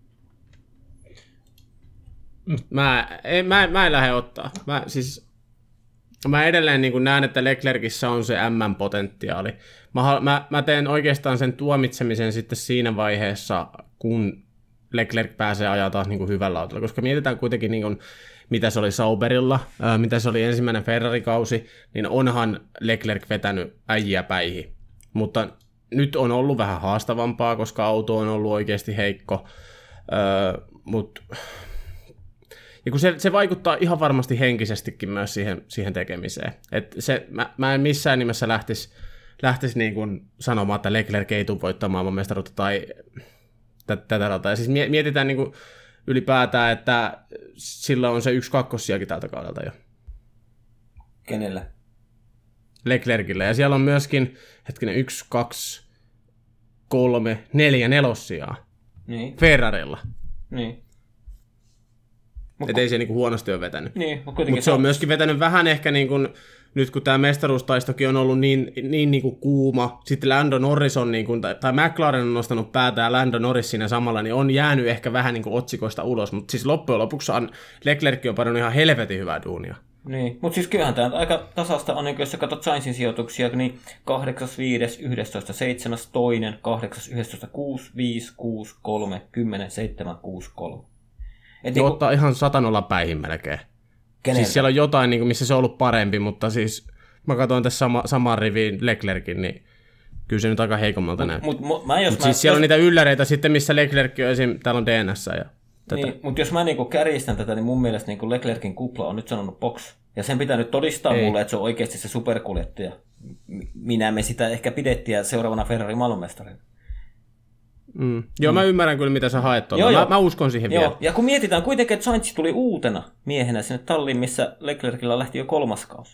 Mä en lähde ottaa. Mä edelleen niin näen, että Leclercissä on se M-potentiaali. Mä teen oikeastaan sen tuomitsemisen sitten siinä vaiheessa, kun Leclerc pääsee ajaa taas niin hyvällä autolla, koska mietitään kuitenkin, niin kuin, mitä se oli Sauberilla, mitä se oli ensimmäinen Ferrari-kausi, niin onhan Leclerc vetänyt äijä päihin. Mutta nyt on ollut vähän haastavampaa, koska auto on ollut oikeasti heikko, mutta... Ja kun se vaikuttaa ihan varmasti henkisestikin myös siihen tekemiseen. Mä en missään nimessä lähtisi niin kuin sanomaan, että Leclerc ei tule voittamaan maailmanmestaruutta tai tätä rataa. Ja siis mietitään niin kuin ylipäätään, että sillä on se 1-2-sijakin tältä kaudelta jo. Kenellä? Leclercillä. Ja siellä on myöskin, 1, 2, 3, 4 nelossijaa. Niin. Ferrarilla. Niin. Että ei se niinku huonosti ole vetänyt. Niin, mutta se on myöskin vetänyt vähän ehkä, niinku, nyt kun tämä mestaruustaistokin on ollut niin niinku kuuma, sitten Lando Norris on, niinku, tai McLaren on nostanut päätä ja Lando Norris siinä samalla, niin on jäänyt ehkä vähän niinku otsikoista ulos, mutta siis loppujen lopuksi Leclerc on pannut ihan helvetin hyvää duunia. Niin, mutta siis kyllähän tämä aika tasasta on, jos sä katsot Sainzin sijoituksia, niin 8, 5, 11, 7, 2, 8, 11, 6, 5, 6, 3, 10, 7, 6, 3. Ne ottaa ihan 100 päihin melkein. Keneltä? Siis siellä on jotain, niin missä se on ollut parempi, mutta siis mä katsoin tässä samaan riviin Leclercin, niin kyllä se nyt aika heikommalta näyttää. Siis siellä on niitä ylläreitä sitten, missä Leclerc on esim. Täällä on DNS ja tätä. Niin, mutta jos mä niinku kärjistän tätä, niin mun mielestä niinku Leclercin kupla on nyt sanonut box. Ja sen pitää nyt todistaa mulle, että se on oikeasti se superkuljettaja. Minä me sitä ehkä pidettiin seuraavana Ferrari maailmanmestarina. Joo, mä ymmärrän kyllä, mitä sä haet tuolla. Mä uskon siihen vielä. Ja kun mietitään kuitenkin, että Sainz tuli uutena miehenä sinne talliin, missä Leclercillä lähti jo 3. kausi.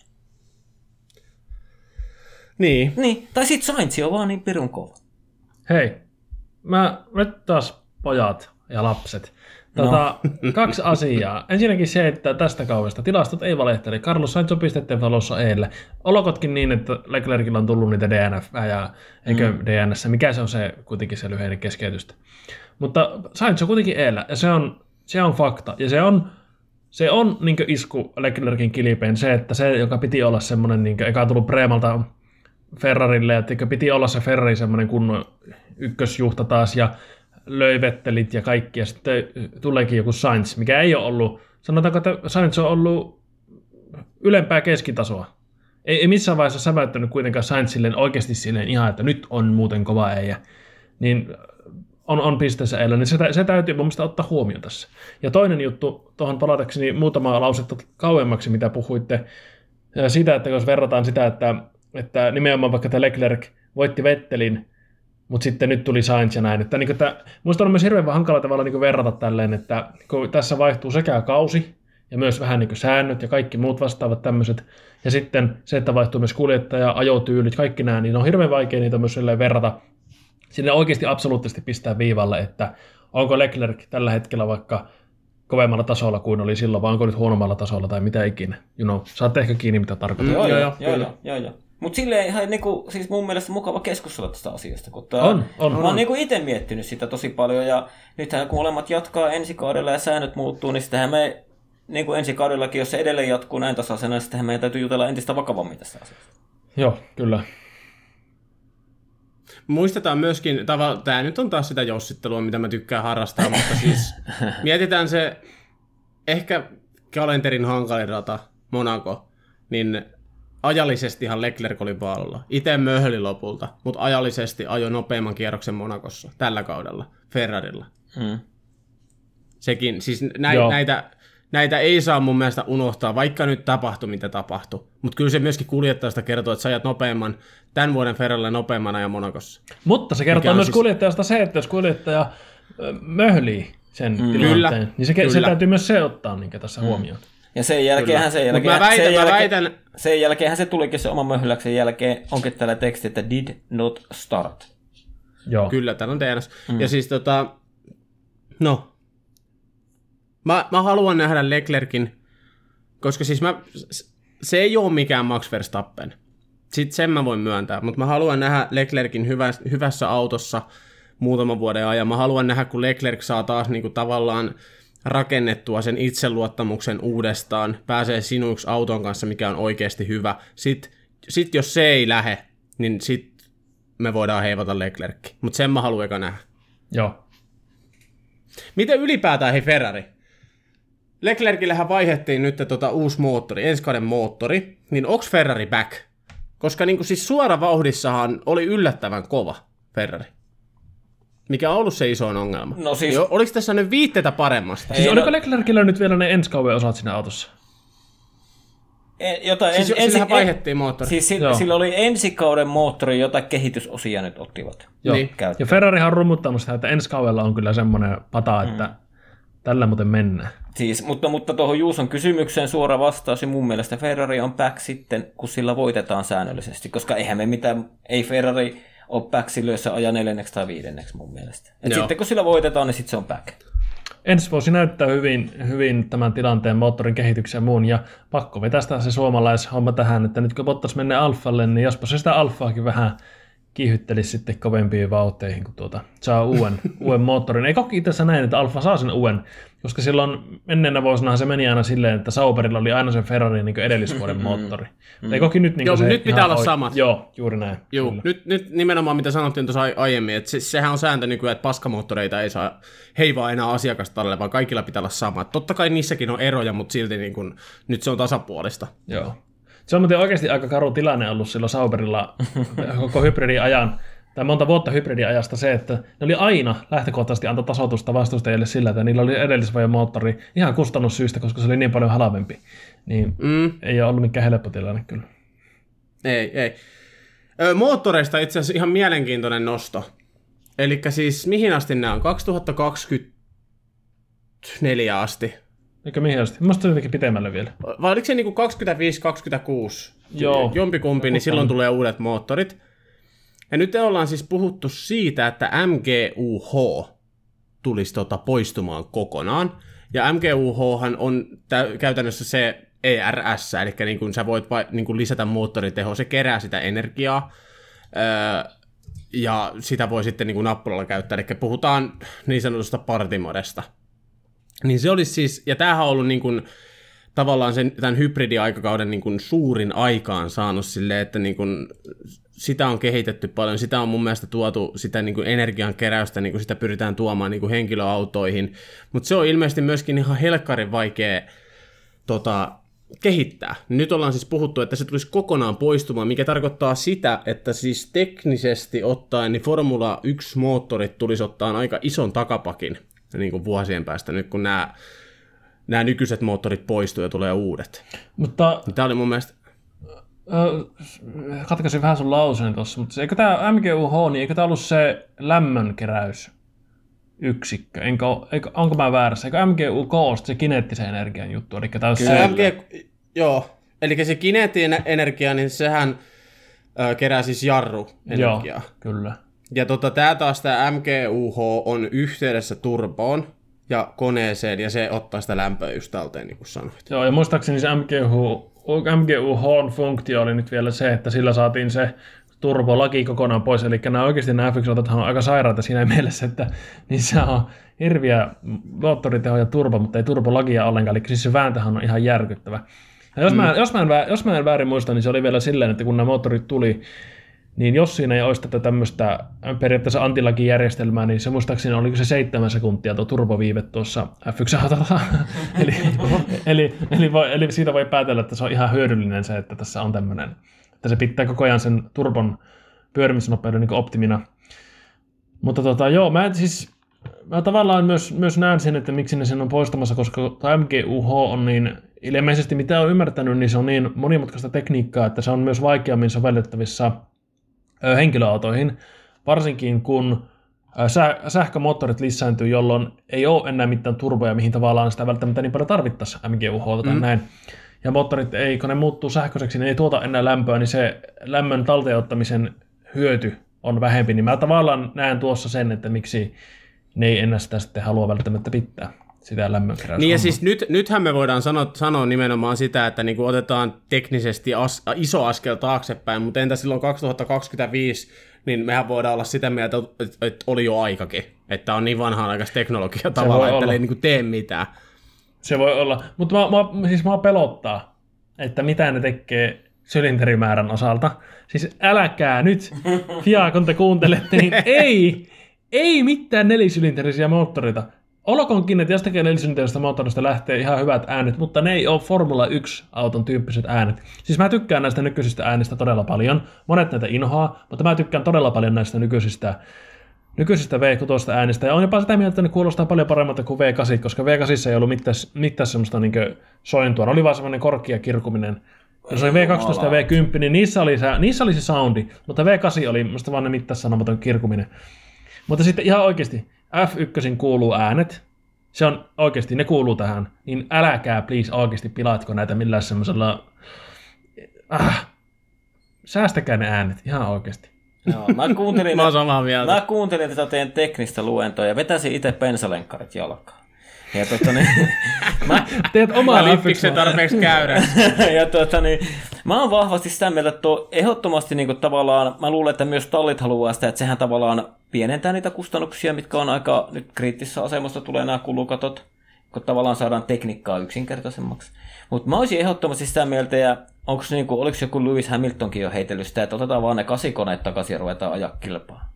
Niin. Tai sit Sainz on vaan niin pirun kova. Hei, nyt taas pojat ja lapset. 2 asiaa. Ensinnäkin se, että tästä kaudesta tilastot ei valehtele. Carlos Sainz on pistetteen valossa eilen. Olokotkin niin, että Leclercillä on tullut niitä DNF ja eikö DNS, mikä se on se kuitenkin se lyhyiden keskeytystä. Mutta Sainz on kuitenkin eilen ja se on fakta. Ja se on niin isku Leclercin kilpeen se, että se, joka piti olla semmoinen, niin eka tullut Premalta Ferrarille, että piti olla se Ferrari semmoinen kunnon ykkösjuhta taas ja löi Vettelit ja kaikki, ja sitten tuleekin joku Sainz, mikä ei ole ollut, sanotaanko, että Sainz on ollut ylempää keskitasoa. Ei missään vaiheessa säväyttänyt kuitenkaan Sainz silleen oikeasti silleen ihan, että nyt on muuten kova äijä. Niin on pisteessä eilen, niin se täytyy mun mielestä ottaa huomioon tässä. Ja toinen juttu, tuohon palatakseni muutama lausetta kauemmaksi, mitä puhuitte, siitä, että jos verrataan sitä, että nimenomaan vaikka tämä Leclerc voitti Vettelin, mutta sitten nyt tuli Sainz ja näin. Että, minusta on myös hirveän hankala tavalla verrata tälleen, että kun tässä vaihtuu sekä kausi ja myös vähän säännöt ja kaikki muut vastaavat tämmöiset. Ja sitten se, että vaihtuu myös kuljettaja, ajotyylit, kaikki nämä, niin on hirveän vaikea niitä myös verrata. Sinne oikeasti absoluuttisesti pistää viivalle, että onko Leclerc tällä hetkellä vaikka kovemmalla tasolla kuin oli silloin, vai onko nyt huonommalla tasolla tai mitä ikinä. Saatte ehkä kiinni, mitä tarkoittaa. Joo. Mutta silleen ihan siis mun mielestä mukava keskustella tästä asiasta, kun mä oon itse miettinyt sitä tosi paljon, ja nythän kun molemmat jatkaa ensi kaudella ja säännöt muuttuu, niin sitähän me ensi kaudellakin, jos se edelleen jatkuu näin tasaisena, niin sitähän meidän täytyy jutella entistä vakavammin tästä asiasta. Joo, kyllä. Muistetaan myöskin, tämä nyt on taas sitä jossittelua, mitä mä tykkään harrastaa, mutta siis mietitään se ehkä kalenterin hankalin rata, Monaco, niin ajallisestihan Leclerc oli paallulla. Itse möhli lopulta, mutta ajallisesti ajoi nopeamman kierroksen Monacossa tällä kaudella Ferrarilla. Sekin, siis näitä ei saa mun mielestä unohtaa, vaikka nyt tapahtui mitä tapahtui. Mutta kyllä se myöskin kuljettajasta kertoo, että sä ajat nopeamman, tämän vuoden Ferrarilla nopeamman ajan Monacossa. Mutta se kertoo myös siis kuljettajasta se, että jos kuljettaja möhlii sen tilanteen, niin se täytyy myös se ottaa niin tässä huomioon. Ja sen jälkeenhän se tulikin se oma möhläksen jälkeen, onkin täällä teksti, että did not start. Joo. Kyllä, täällä on DNS. Ja siis mä haluan nähdä Leclerkin, koska siis se ei ole mikään Max Verstappen. Sitten sen mä voin myöntää, mutta mä haluan nähdä Leclerkin hyvässä autossa muutaman vuoden ajan. Mä haluan nähdä, kun Leclerc saa taas niinku tavallaan rakennettua sen itseluottamuksen uudestaan, pääsee sinuiksi auton kanssa, mikä on oikeasti hyvä. Sitten jos se ei lähe, niin sitten me voidaan heivata Leclerc. Mutta sen mä haluan eka nähdä. Joo. Miten ylipäätään Ferrari? Leclercillähän vaihdettiin nyt uusi moottori, ensi kauden moottori, niin onks Ferrari back? Koska niin siis suora vauhdissahan oli yllättävän kova Ferrari. Mikä on ollut se iso ongelma? No siis... Oliko tässä nyt viitteitä paremmasta? Siis oliko Leclercillä nyt vielä ne ensi kauden osat siinä autossa? Sillähän vaihdettiin moottori. Siis sillä oli ensi kauden moottori, jota kehitysosia nyt ottivat. Joo. Niin. Ja Ferrarihan on rummuttanut sitä, että ensi kaudella on kyllä semmoinen pata, että tällä muuten mennään. Siis, mutta tuohon Juuson kysymykseen suora vastaus, mun mielestä Ferrari on back sitten, kun sillä voitetaan säännöllisesti, koska ei Ferrari ole back silloin, jos se ajaa 4. tai 5. mun mielestä. Sitten kun sillä voitetaan, niin sitten se on back. Ensi vuosi näyttää hyvin tämän tilanteen, moottorin kehityksen ja muun, ja pakko vetästää se suomalaishomma tähän, että nyt kun Bottas menee Alfalle, niin jospa se sitä Alfaakin vähän kiihyttelisi sitten kovempiin vauhteihin, kun saa uuden moottorin. Ei koki itse näin, että Alfa saa sen uuden, koska silloin menneenä vuosinahan se meni aina silleen, että Sauberilla oli aina sen Ferrarin niin edellisvuoden moottori. Ei koki nyt niin se nyt pitää olla samat. Joo, juuri näin. Joo, nyt nimenomaan mitä sanottiin tuossa aiemmin, että sehän on sääntö nykyään, että paskamoottoreita ei saa heivaa enää asiakastalle, vaan kaikilla pitää olla samat. Totta kai niissäkin on eroja, mutta silti niin kuin, nyt se on tasapuolista. Joo. Se on muuten oikeasti aika karu tilanne ollut silloin Sauberilla koko hybridiajan, tai monta vuotta hybridiajasta se, että ne oli aina lähtökohtaisesti antoi tasoitusta vastustajille sillä, että niillä oli edellisvajan moottori ihan kustannussyistä, koska se oli niin paljon halvempi. Niin ei ole ollut mikään helppo tilanne kyllä. Ei. Moottoreista itse asiassa ihan mielenkiintoinen nosto. Eli siis mihin asti nämä on? 2024 asti. Eikä mihin asti? Minusta se jotenkin pitemmälle vielä. Vai oliko se niin 25-26? Joo. Jompikumpi, niin silloin tulee uudet moottorit. Ja nyt ollaan siis puhuttu siitä, että MGUH tulisi poistumaan kokonaan. Ja MGUHhan on käytännössä se ERS, eli niin kuin sä voit niin kuin lisätä moottoritehoa, se kerää sitä energiaa. Ja sitä voi sitten niin kuin nappulalla käyttää, eli puhutaan niin sanotusta partimodesta. Niin se olisi siis, ja tämähän on ollut niin kuin, tavallaan tämän hybridiaikakauden niin kuin suurin aikaan saanut silleen, että niin kuin, sitä on kehitetty paljon, sitä on mun mielestä tuotu, sitä niin kuin energian keräystä, niin kuin sitä pyritään tuomaan niin kuin henkilöautoihin, mutta se on ilmeisesti myöskin ihan helkkarin vaikea kehittää. Nyt ollaan siis puhuttu, että se tulisi kokonaan poistumaan, mikä tarkoittaa sitä, että siis teknisesti ottaen niin Formula 1-moottorit tulisi ottaa aika ison takapakin niin kuin vuosien päästä, nyt kun nämä nykyiset moottorit poistuu ja tulee uudet. Mutta tämä oli mun mielestä... Katkaisin vähän sun lauseen tuossa, mutta eikö tämä MGUH, niin eikö tämä ollut se lämmönkeräysyksikkö? Onko mä väärässä? Eikö MGUK ole se kineettisen energian juttu? Eli tämä joo, eli se kineettinen energia, niin sehän kerää siis jarruenergiaa. Joo, kyllä. Ja tämä MGUH on yhteydessä turboon ja koneeseen, ja se ottaa sitä lämpöä just talteen, niin kuin sanoit. Joo, ja muistaakseni se MGUH:n funktio oli nyt vielä se, että sillä saatiin se turbolaki kokonaan pois, eli nämä oikeasti nämä F1-autot on aika sairaita siinä mielessä, että niissä on hirviä moottoriteho ja turbo, mutta ei turbolagia ollenkaan, eli siis se vääntähän on ihan järkyttävä. Ja jos mä en väärin muista, niin se oli vielä silleen, että kun nämä moottorit tuli, niin jos siinä ei olisi tätä tämmöistä periaatteessa antilakijärjestelmää, niin se muistaakseni oliko se 7 sekuntia tuo turboviive tuossa F1-autolla. eli siitä voi päätellä, että se on ihan hyödyllinen se, että tässä on tämmöinen, että se pitää koko ajan sen turbon pyörimisnopeuden niin optimina. Mutta joo, mä tavallaan myös näen sen, että miksi ne sen on poistamassa, koska MGUH on niin, ilmeisesti mitä olen ymmärtänyt, niin se on niin monimutkaista tekniikkaa, että se on myös vaikeammin sovellettavissa henkilöautoihin, varsinkin kun sähkömoottorit lisääntyy, jolloin ei ole enää mitään turboja, mihin tavallaan sitä välttämättä niin paljon tarvittaisiin MGUH tai näin. Ja moottorit, kun ne muuttuu sähköiseksi, niin ei tuota enää lämpöä, niin se lämmön talteenottamisen hyöty on vähempi. Niin mä tavallaan näen tuossa sen, että miksi ne ei enää sitä sitten halua välttämättä pitää, sitä lämmönkeräyshommaa. Niin ja siis nythän me voidaan sanoa nimenomaan sitä, että niinku otetaan teknisesti iso askel taaksepäin, mutta entä silloin 2025, niin mehän voidaan olla sitä mieltä, että oli jo aikakin, että on niin vanhanaikaista teknologia tavallaan, että ei niinku tee mitään. Se voi olla, mutta mua pelottaa, että mitä ne tekee sylinterimäärän osalta. Siis älkää nyt, Fia, kun te kuuntelette, niin ei mitään nelisylinterisiä moottoreita. Olkoonkin, että jostakin nelisylinterisistä moottorista lähtee ihan hyvät äänet, mutta ne ei ole Formula 1-auton tyyppiset äänet. Siis mä tykkään näistä nykyisistä äänistä todella paljon. Monet näitä inhoaa, mutta mä tykkään todella paljon näistä nykyisistä V6 äänistä. Ja on jopa sitä mieltä, että ne kuulostaa paljon paremmalta kuin V8, koska V8 ei ollut mitään semmoista niin sointua. Ne oli vaan semmoinen korkea kirkuminen. Jos oli V12 ja V10, niin niissä oli se soundi, mutta V8 oli musta vaan ne mittasanomaton kirkuminen. Mutta sitten ihan oikeasti F1 kuuluu äänet, se on oikeasti, ne kuuluu tähän, niin äläkää please oikeasti pilaatko näitä millään semmoisella, säästäkää ne äänet, ihan oikeasti. Joo, mä kuuntelin tätä teidän teknistä luentoa ja vetäsin itse bensalenkkarit jalkaan. Ja teet omaa lippiksen tarpeeksi käydä. Ja mä oon vahvasti sitä mieltä, että ehdottomasti niin kuin, tavallaan, mä luulen, että myös tallit haluaa sitä, että sehän tavallaan pienentää niitä kustannuksia, mitkä on aika nyt kriittisessä asemassa, tulee nämä kulukatot, kun tavallaan saadaan tekniikkaa yksinkertaisemmaksi. Mutta mä olisin ehdottomasti sitä mieltä, ja oliko joku Lewis Hamiltonkin jo heitellyt sitä, että otetaan vaan ne 8-koneet takaisin ja ruvetaan ajaa kilpaa.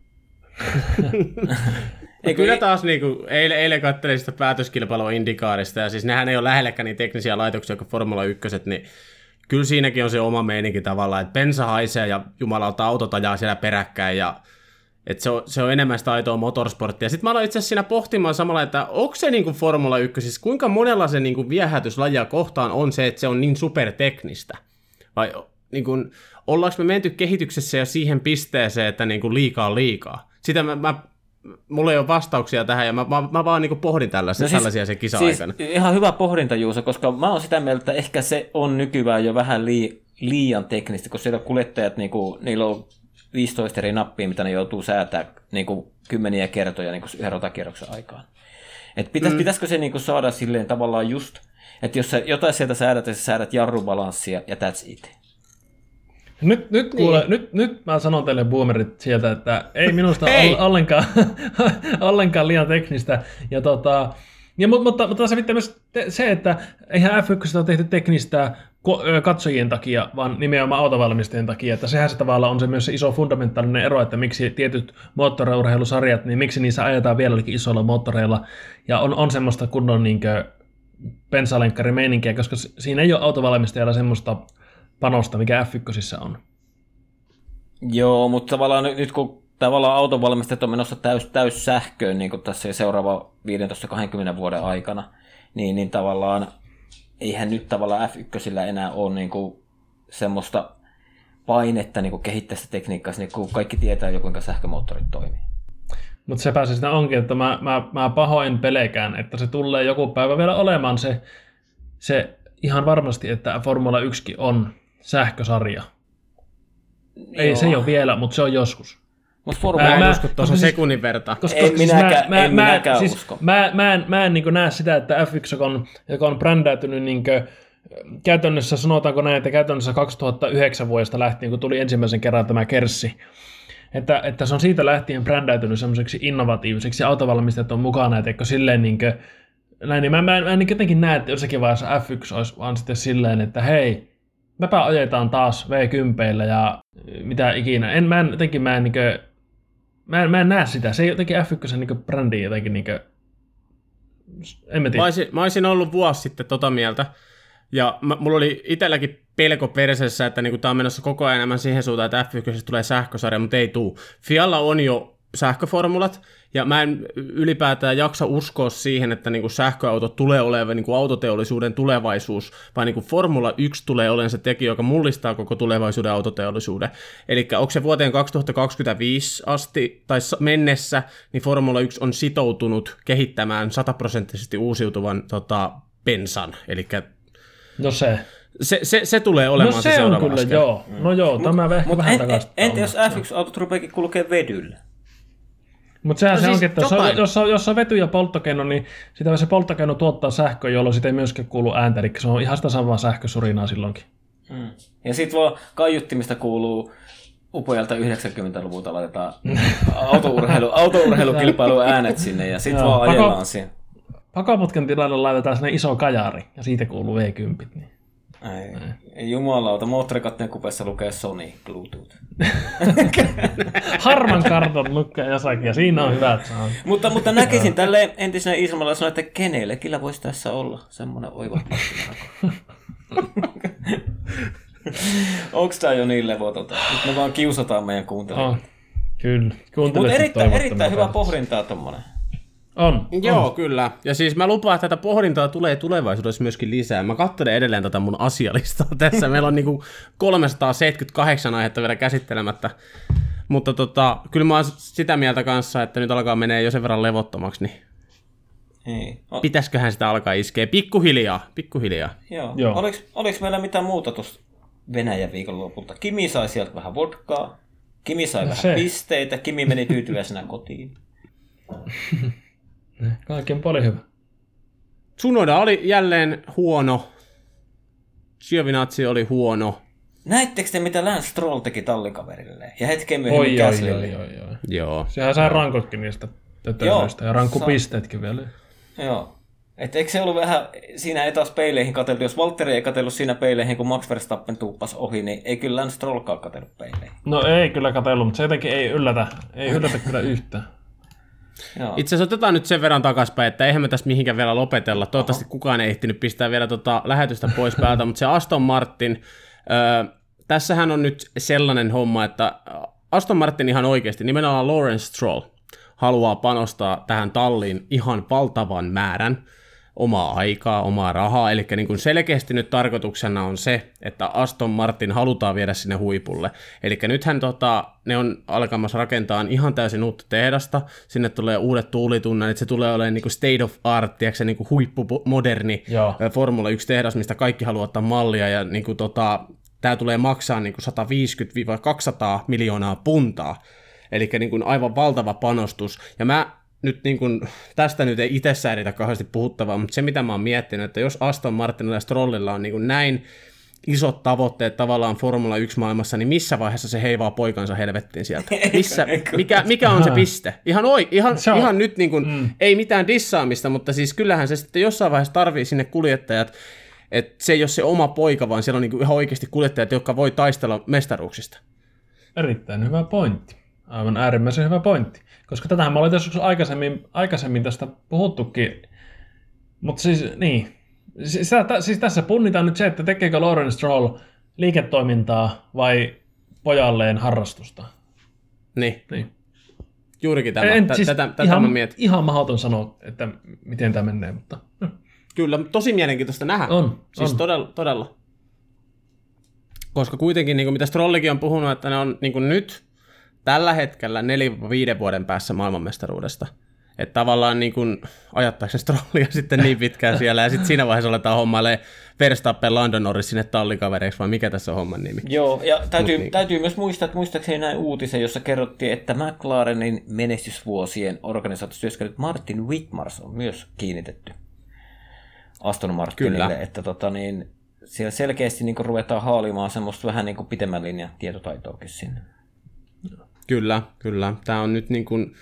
Kyllä taas eilen katselin sitä päätöskilpailua Indikaarista, ja siis nehän ei ole lähellekään niin teknisiä laitoksia kuin Formula 1, niin kyllä siinäkin on se oma meininki tavallaan, että bensa haisee ja jumalauta autot ajaa siellä peräkkäin, ja että se on enemmän sitä aitoa motorsporttia. Sitten mä aloin itse asiassa siinä pohtimaan samalla, että onko se niin kuin Formula 1, siis kuinka monella se niin kuin viehätyslajia kohtaan on se, että se on niin superteknistä? Vai niin kuin, ollaanko me menty kehityksessä jo siihen pisteeseen, että niin kuin liikaa on liikaa? Sitä mulla ei ole vastauksia tähän, ja mä vaan niin pohdin tällaisia sen kisa-aikana. Siis ihan hyvä pohdinta, Juuso, koska mä oon sitä mieltä, että ehkä se on nykyään jo vähän liian teknistä, koska siellä kuljettajat, niillä on 15 eri nappia, mitä ne joutuu säätämään kymmeniä kertoja yhden rotakierroksen aikaan. Pitäisikö se saada silleen tavallaan just, että jos sä jotain sieltä säädät, ja sä säädät jarrubalanssia, ja that's it. Nyt mä sanon teille boomerit sieltä, että ei minusta ollenkaan liian teknistä. Mutta se pitää myös se, että eihän F1 on tehty teknistä katsojien takia, vaan nimenomaan autovalmistajien takia. Että sehän se tavallaan on se myös se iso fundamentaalinen ero, että miksi tietyt moottoriurheilusarjat, niin miksi niissä ajetaan vieläkin isoilla moottoreilla. Ja on semmoista kunnon bensalenkkari-meininkiä, koska siinä ei ole autovalmistajalla semmoista panosta, mikä F1 on. Joo, mutta tavallaan nyt kun tavallaan autonvalmistajat on menossa täys sähköön niin kuin tässä seuraava 15-20 vuoden aikana, niin tavallaan eihän nyt tavallaan F1 enää ole niin kuin semmoista painetta niin kuin kehittää sitä tekniikkaa, niin kun kaikki tietää jo, kuinka sähkömoottorit toimii. Mutta sepä se sitä onkin, että mä pahoin pelkään, että se tulee joku päivä vielä olemaan se ihan varmasti, että Formula 1 on sähkösarja. Ei se ole vielä, mutta se on joskus. Mä en usko tuossa sekunnin verta. En minäkään usko. Mä en näe sitä, että F1, joka on brändäytynyt käytännössä, sanotaanko näin, että käytännössä 2009 vuodesta lähtien, kun tuli ensimmäisen kerran tämä Kerssi, että se on siitä lähtien brändäytynyt semmoiseksi innovatiiviseksi, ja autovalmistajat on mukana, että silleen näin, niin mä en jotenkin näe, että jossakin vaiheessa F1 olisi vaan sitten silleen, että hei, mepä ajetaan taas V10 ja mitä ikinä. Mä en näe sitä. Se ei jotenkin F1 niin brändi jotenkin niin kuin, en mä tiedä. Mä olisin ollut vuosi sitten tota mieltä, ja mulla oli itselläkin pelko persessä, että niin tää on menossa koko ajan enemmän siihen suuntaan, että F1 tulee sähkösarja, mutta ei tuu. Fialla on jo sähköformulat, ja mä en ylipäätään jaksa uskoa siihen, että niin sähköauto tulee olemaan niin autoteollisuuden tulevaisuus, vaan niin Formula 1 tulee olemaan se tekijä, joka mullistaa koko tulevaisuuden autoteollisuuden. Eli onko se vuoteen 2025 asti tai mennessä, niin Formula 1 on sitoutunut kehittämään 100% uusiutuvan bensan, eli no se tulee olemaan se seuraava kyllä, askel. joo. No joo, tämä ehkä vähän takaisin. Entä jos F1-autot rupeakin kulkee vedyllä? Mutta sehän se onkin, että jos on vety ja polttokenno, niin sitä se polttokenno tuottaa sähköä, jolloin sitä ei myöskään kuulu ääntä, eli se on ihan sitä samaa sähkösurinaa silloinkin. Ja sitten vaan kaiuttimista kuuluu upealta 90-luvulta laitetaan autourheilukilpailun äänet sinne ja sitten vaan ajellaan siihen. Pakoputken tilalle laitetaan sinne iso kajari ja siitä kuuluu V10. Niin. Ei jumalauta, moottorikatteen kupeessa lukee Sony Bluetooth. Harman kartan lukee jossakin ja siinä on hyvät saa. Mutta näkisin tälleen entisenä Ismalla että kenellekin voisi tässä olla semmoinen oiva pattina. Onko tämä jo niin levotonta? Nyt me vaan kiusataan meidän kuuntelijoita. Kyllä. Mutta erittäin hyvä pohdintaa tommonen. On. Joo, kyllä. Ja siis mä lupaan, että tätä pohdintaa tulee tulevaisuudessa myöskin lisää. Mä katselen edelleen tätä mun asialistaa tässä. Meillä on niinku 378 aihetta vielä käsittelemättä. Mutta kyllä mä oon sitä mieltä kanssa, että nyt alkaa menee jo sen verran levottomaksi, niin pitäisiköhän sitä alkaa iskeä pikkuhiljaa. Joo. Oliko meillä mitään muuta tuosta Venäjän viikonlopulta? Kimi sai sieltä vähän vodkaa, Kimi sai vähän pisteitä, Kimi meni tyytyväisenä kotiin. Kaikki on paljon hyvä. Tsunoda oli jälleen huono. Giovinazzi oli huono. Näittekö te, mitä Lance Stroll teki tallikaverille? Ja hetken myöhemmin Gaslille. Joo. Sehän sai rankotkin niistä tötöistä ja rankkupisteetkin vielä. Joo. Et eikö se ollut vähän siinä ei taas peileihin katseltu? Jos Valtteri ei katsellut siinä peileihin, kun Max Verstappen tuuppasi ohi, niin ei kyllä Lance Strollkaan katsellut peileihin. No ei kyllä katsellut, mutta se jotenkin ei yllätä kyllä yhtään. Joo. Itse asiassa otetaan nyt sen verran takaspäin, että eihän me tässä mihinkään vielä lopetella. Toivottavasti kukaan ei ehtinyt pistää vielä lähetystä pois päältä, mutta se Aston Martin, tässähän on nyt sellainen homma, että Aston Martin ihan oikeasti, nimenomaan Lawrence Stroll, haluaa panostaa tähän talliin ihan valtavan määrän omaa aikaa, omaa rahaa, eli niin kuin selkeästi nyt tarkoituksena on se, että Aston Martin halutaan viedä sinne huipulle. Eli nythän ne on alkamassa rakentaa ihan täysin uutta tehdasta, sinne tulee uudet tuulitunnat, se tulee olemaan niin kuin state of art, tiedätkö, niin kuin huippumoderni Formula 1 tehdas, mistä kaikki haluaa ottaa mallia, ja niin kuin tämä tulee maksaa niin kuin 150-200 miljoonaa puntaa, eli niin kuin aivan valtava panostus, ja mä nyt niin kuin, tästä nyt ei itsessään riitä kauheasti puhuttavaa, mutta se mitä mä oon miettinyt, että jos Aston Martinilla ja Strollilla on niin kuin näin isot tavoitteet tavallaan Formula 1-maailmassa, niin missä vaiheessa se heivaa poikansa helvettiin sieltä? Mikä on se piste? Ihan nyt niin kuin, ei mitään dissaamista, mutta siis kyllähän se sitten jossain vaiheessa tarvii sinne kuljettajat, että se ei ole se oma poika, vaan siellä on niin kuin ihan oikeasti kuljettajat, jotka voi taistella mestaruuksista. Erittäin hyvä pointti. Aivan äärimmäisen hyvä pointti. Koska tätähän mä olin joskus aikaisemmin tästä puhuttukin. Mutta siis niin. Siis tässä punnitaan nyt se, että tekeekö Lawrence Stroll liiketoimintaa vai pojalleen harrastusta. Niin. Juurikin tämä. Tätä mä mietin. Ihan mahdoton sanoa, että miten tämä menee, mutta... Kyllä, tosi mielenkiintoista nähdä. On. Todella. Koska kuitenkin, niin kuin mitä Strollikin on puhunut, että ne on niin kuin nyt tällä hetkellä 4-5 vuoden päässä maailmanmestaruudesta. Että tavallaan niin kuin ajattaako se Strollia sitten niin pitkään siellä, ja sitten siinä vaiheessa aletaan hommailemaan Verstappen Lando Norris sinne tallikavereiksi, vai mikä tässä on homman nimi? Joo, ja täytyy myös muistaa, että muistaakseni näin uutisen, jossa kerrottiin, että McLarenin menestysvuosien organisaatiotyöskentelyt Martin Whitmars on myös kiinnitetty Aston Martinille, kyllä. Että siellä selkeästi niin ruvetaan haalimaan semmoista vähän niin kuin pitemmän linjan tietotaitoakin sinne. Kyllä. Tämä on nyt niin kuin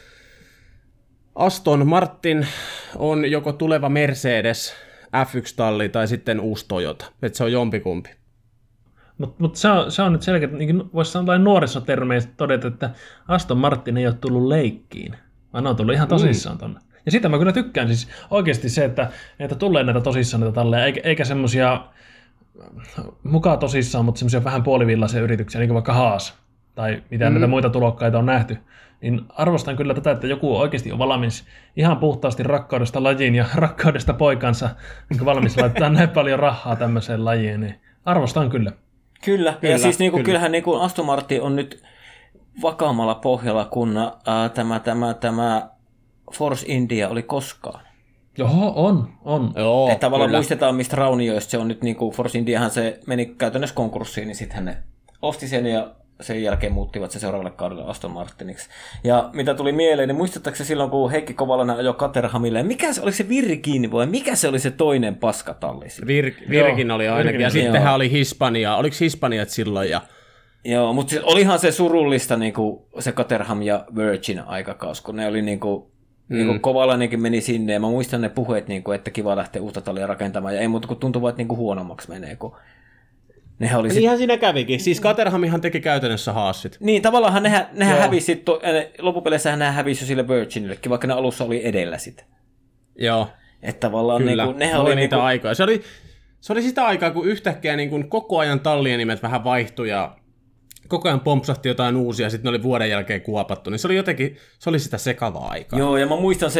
Aston Martin on joko tuleva Mercedes, F1-talli tai sitten uusi Toyota. Että se on jompikumpi. Mutta se on nyt selkeä, niin voisi sanoa nuorisotermeistä todeta, että Aston Martin ei ole tullut leikkiin, vaan ne on tullut ihan tosissaan tonne. Ja sitä mä kyllä tykkään siis oikeasti se, että tulee näitä tosissaan näitä talleja, eikä semmoisia mukaan tosissaan, mutta semmoisia vähän puolivillaisia yrityksiä, niin kuin vaikka Haas tai mitä näitä muita tulokkaita on nähty. Niin arvostan kyllä tätä, että joku oikeasti on valmis ihan puhtaasti rakkaudesta lajiin ja rakkaudesta poikansa niin valmis laittaa näin paljon rahaa tämmöiseen lajiin, niin arvostan kyllä. Kyllä. Ja siis kyllähän Aston Martin on nyt vakaammalla pohjalla, kun tämä Force India oli koskaan. Joo, on. Joo, että tavallaan muistetaan, mistä raunioista se on nyt, Force Indiahan se meni käytännössä konkurssiin, niin sitten ne osti sen ja sen jälkeen muuttivat se seuraavalle kaudelle Aston Martiniksi. Ja mitä tuli mieleen, niin muistatteko se silloin, kun Heikki Kovalainen ajoi Caterhamille, oliko se Virgin vai mikä se oli se toinen paskatalli? Virgin oli ainakin, ja sittenhän oli Hispania. Oliko Hispaniat silloin? Joo, mutta olihan se surullista se Caterham ja Virgin aikakaus, kun ne oli Kovalainenkin meni sinne, ja mä muistan ne puheet, että kiva lähteä uutta tallia rakentamaan, ja ei muuta kuin tuntuu, että huonommaksi menee, kun nehän oli ihan siinä kävikin. Siis Caterhamihan teki käytännössä Haasit. Niin, tavallaan nehän hävisi, loppupeleissä nehän hävisi jo sille Virginillekin, vaikka ne alussa oli edellä sitä. Joo. Että tavallaan kyllä, nehän oli niitä aikaa. Se oli sitä aikaa, kun yhtäkkiä koko ajan tallien nimet vähän vaihtui ja koko ajan pompsahti jotain uusia, ja sitten ne oli vuoden jälkeen kuopattu. Niin se oli jotenkin, se oli sitä sekavaa aikaa. Joo, ja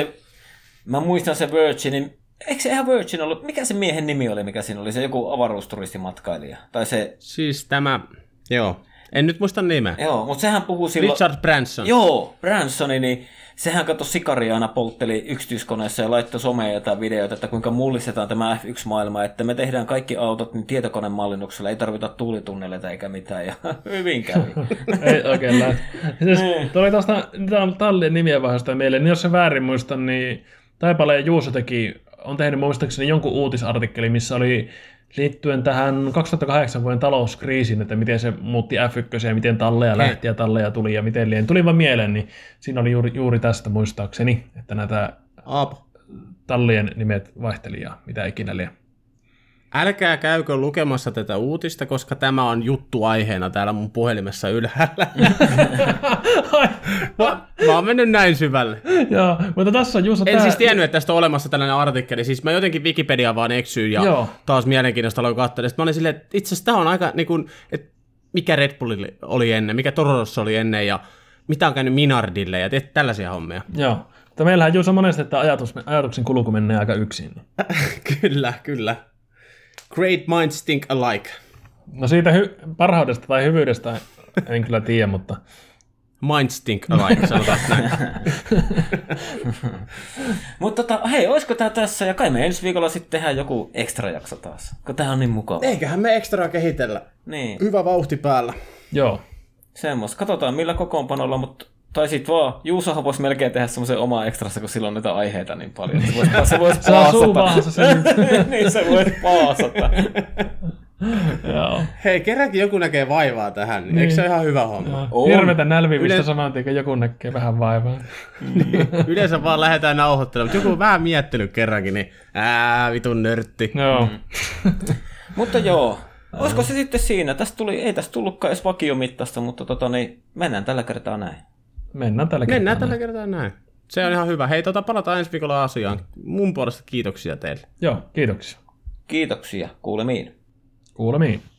mä muistan se Virginin. Eikö se ihan Virgin ollut? Mikä se miehen nimi oli, mikä siinä oli? Se joku avaruusturistimatkailija? Tai se... Siis tämä, joo. En nyt muista nimeä. Joo, mutta sehän puhuu silloin... Richard Branson. Joo, Bransoni, niin sehän katsoi sikaria aina poltteli yksityiskoneessa ja laittoi someen jotain videoita, että kuinka mullistetaan tämä F1-maailma, että me tehdään kaikki autot niin tietokonemallinnuksella, ei tarvita tuulitunneleita eikä mitään, ja hyvin kävi. Ei oikein lähti. Siis, tuli tuosta tallien nimiä vahvasta mieleen, niin jos se väärin muista, niin Taipale ja Juuso on tehnyt muistaakseni jonkun uutisartikkeli, missä oli liittyen tähän 2008 vuoden talouskriisiin, että miten se muutti F1 ja miten talleja lähti ja talleja tuli ja miten liian. Tuli vaan mieleen, niin siinä oli juuri tästä muistaakseni, että näitä tallien nimet vaihteli ja mitä ikinä liian. Älkää käykö lukemassa tätä uutista, koska tämä on juttu aiheena täällä mun puhelimessa ylhäällä. Mä oon mennyt näin syvälle. Joo, mutta tässä on Juuso siis tiennyt, että tästä on olemassa tällainen artikkeli. Siis mä jotenkin Wikipediaan vaan eksyin ja taas mielenkiintoista aloin katsoa. Sitten mä olin silleen, että itse asiassa tää on aika niin kuin, että mikä Red Bull oli ennen, mikä Toro Rosso oli ennen ja mitä on käynyt Minardille ja tällaisia hommia. Joo, mutta meillähän Juuso monesti, että ajatuksen kulku menee aika yksin. Kyllä. Great minds think alike. No siitä parhaudesta tai hyvyydestä en kyllä tiedä, mutta... Minds think alike, sanotaan näin. Mutta hei, olisiko tää tässä? Ja kai me ensi viikolla sitten tehdään joku ekstra jakso taas, kun tää on niin mukava. Eiköhän me ekstraa kehitellä. Niin. Hyvä vauhti päällä. Joo. Semmoista. Katsotaan millä kokoonpanolla, mutta... Tai sit vaan, Juusohan voisi melkein tehdä semmoisen omaa ekstrassa, kun silloin näitä aiheita niin paljon. Se voisi paasata. Niin, se voisi paasata. Joo. Hei, kerrankin joku näkee vaivaa tähän, niin eikö se ole ihan hyvä homma? Hirvetä nälvimistä saman tien, kun joku näkee vähän vaivaa. Niin, yleensä vaan lähdetään nauhoittelemaan, mutta joku on vähän miettinyt kerrankin, niin vitun nörtti. Joo. Mutta joo. Olisiko se sitten siinä? Ei tästä tullutkaan edes vakiomittaista, mutta mennään tällä kertaa näin. Mennään tällä kertaa näin. Se on ihan hyvä. Hei, palataan ensi viikolla asiaan. Mun puolesta kiitoksia teille. Joo, kiitoksia. Kiitoksia. Kuulemiin.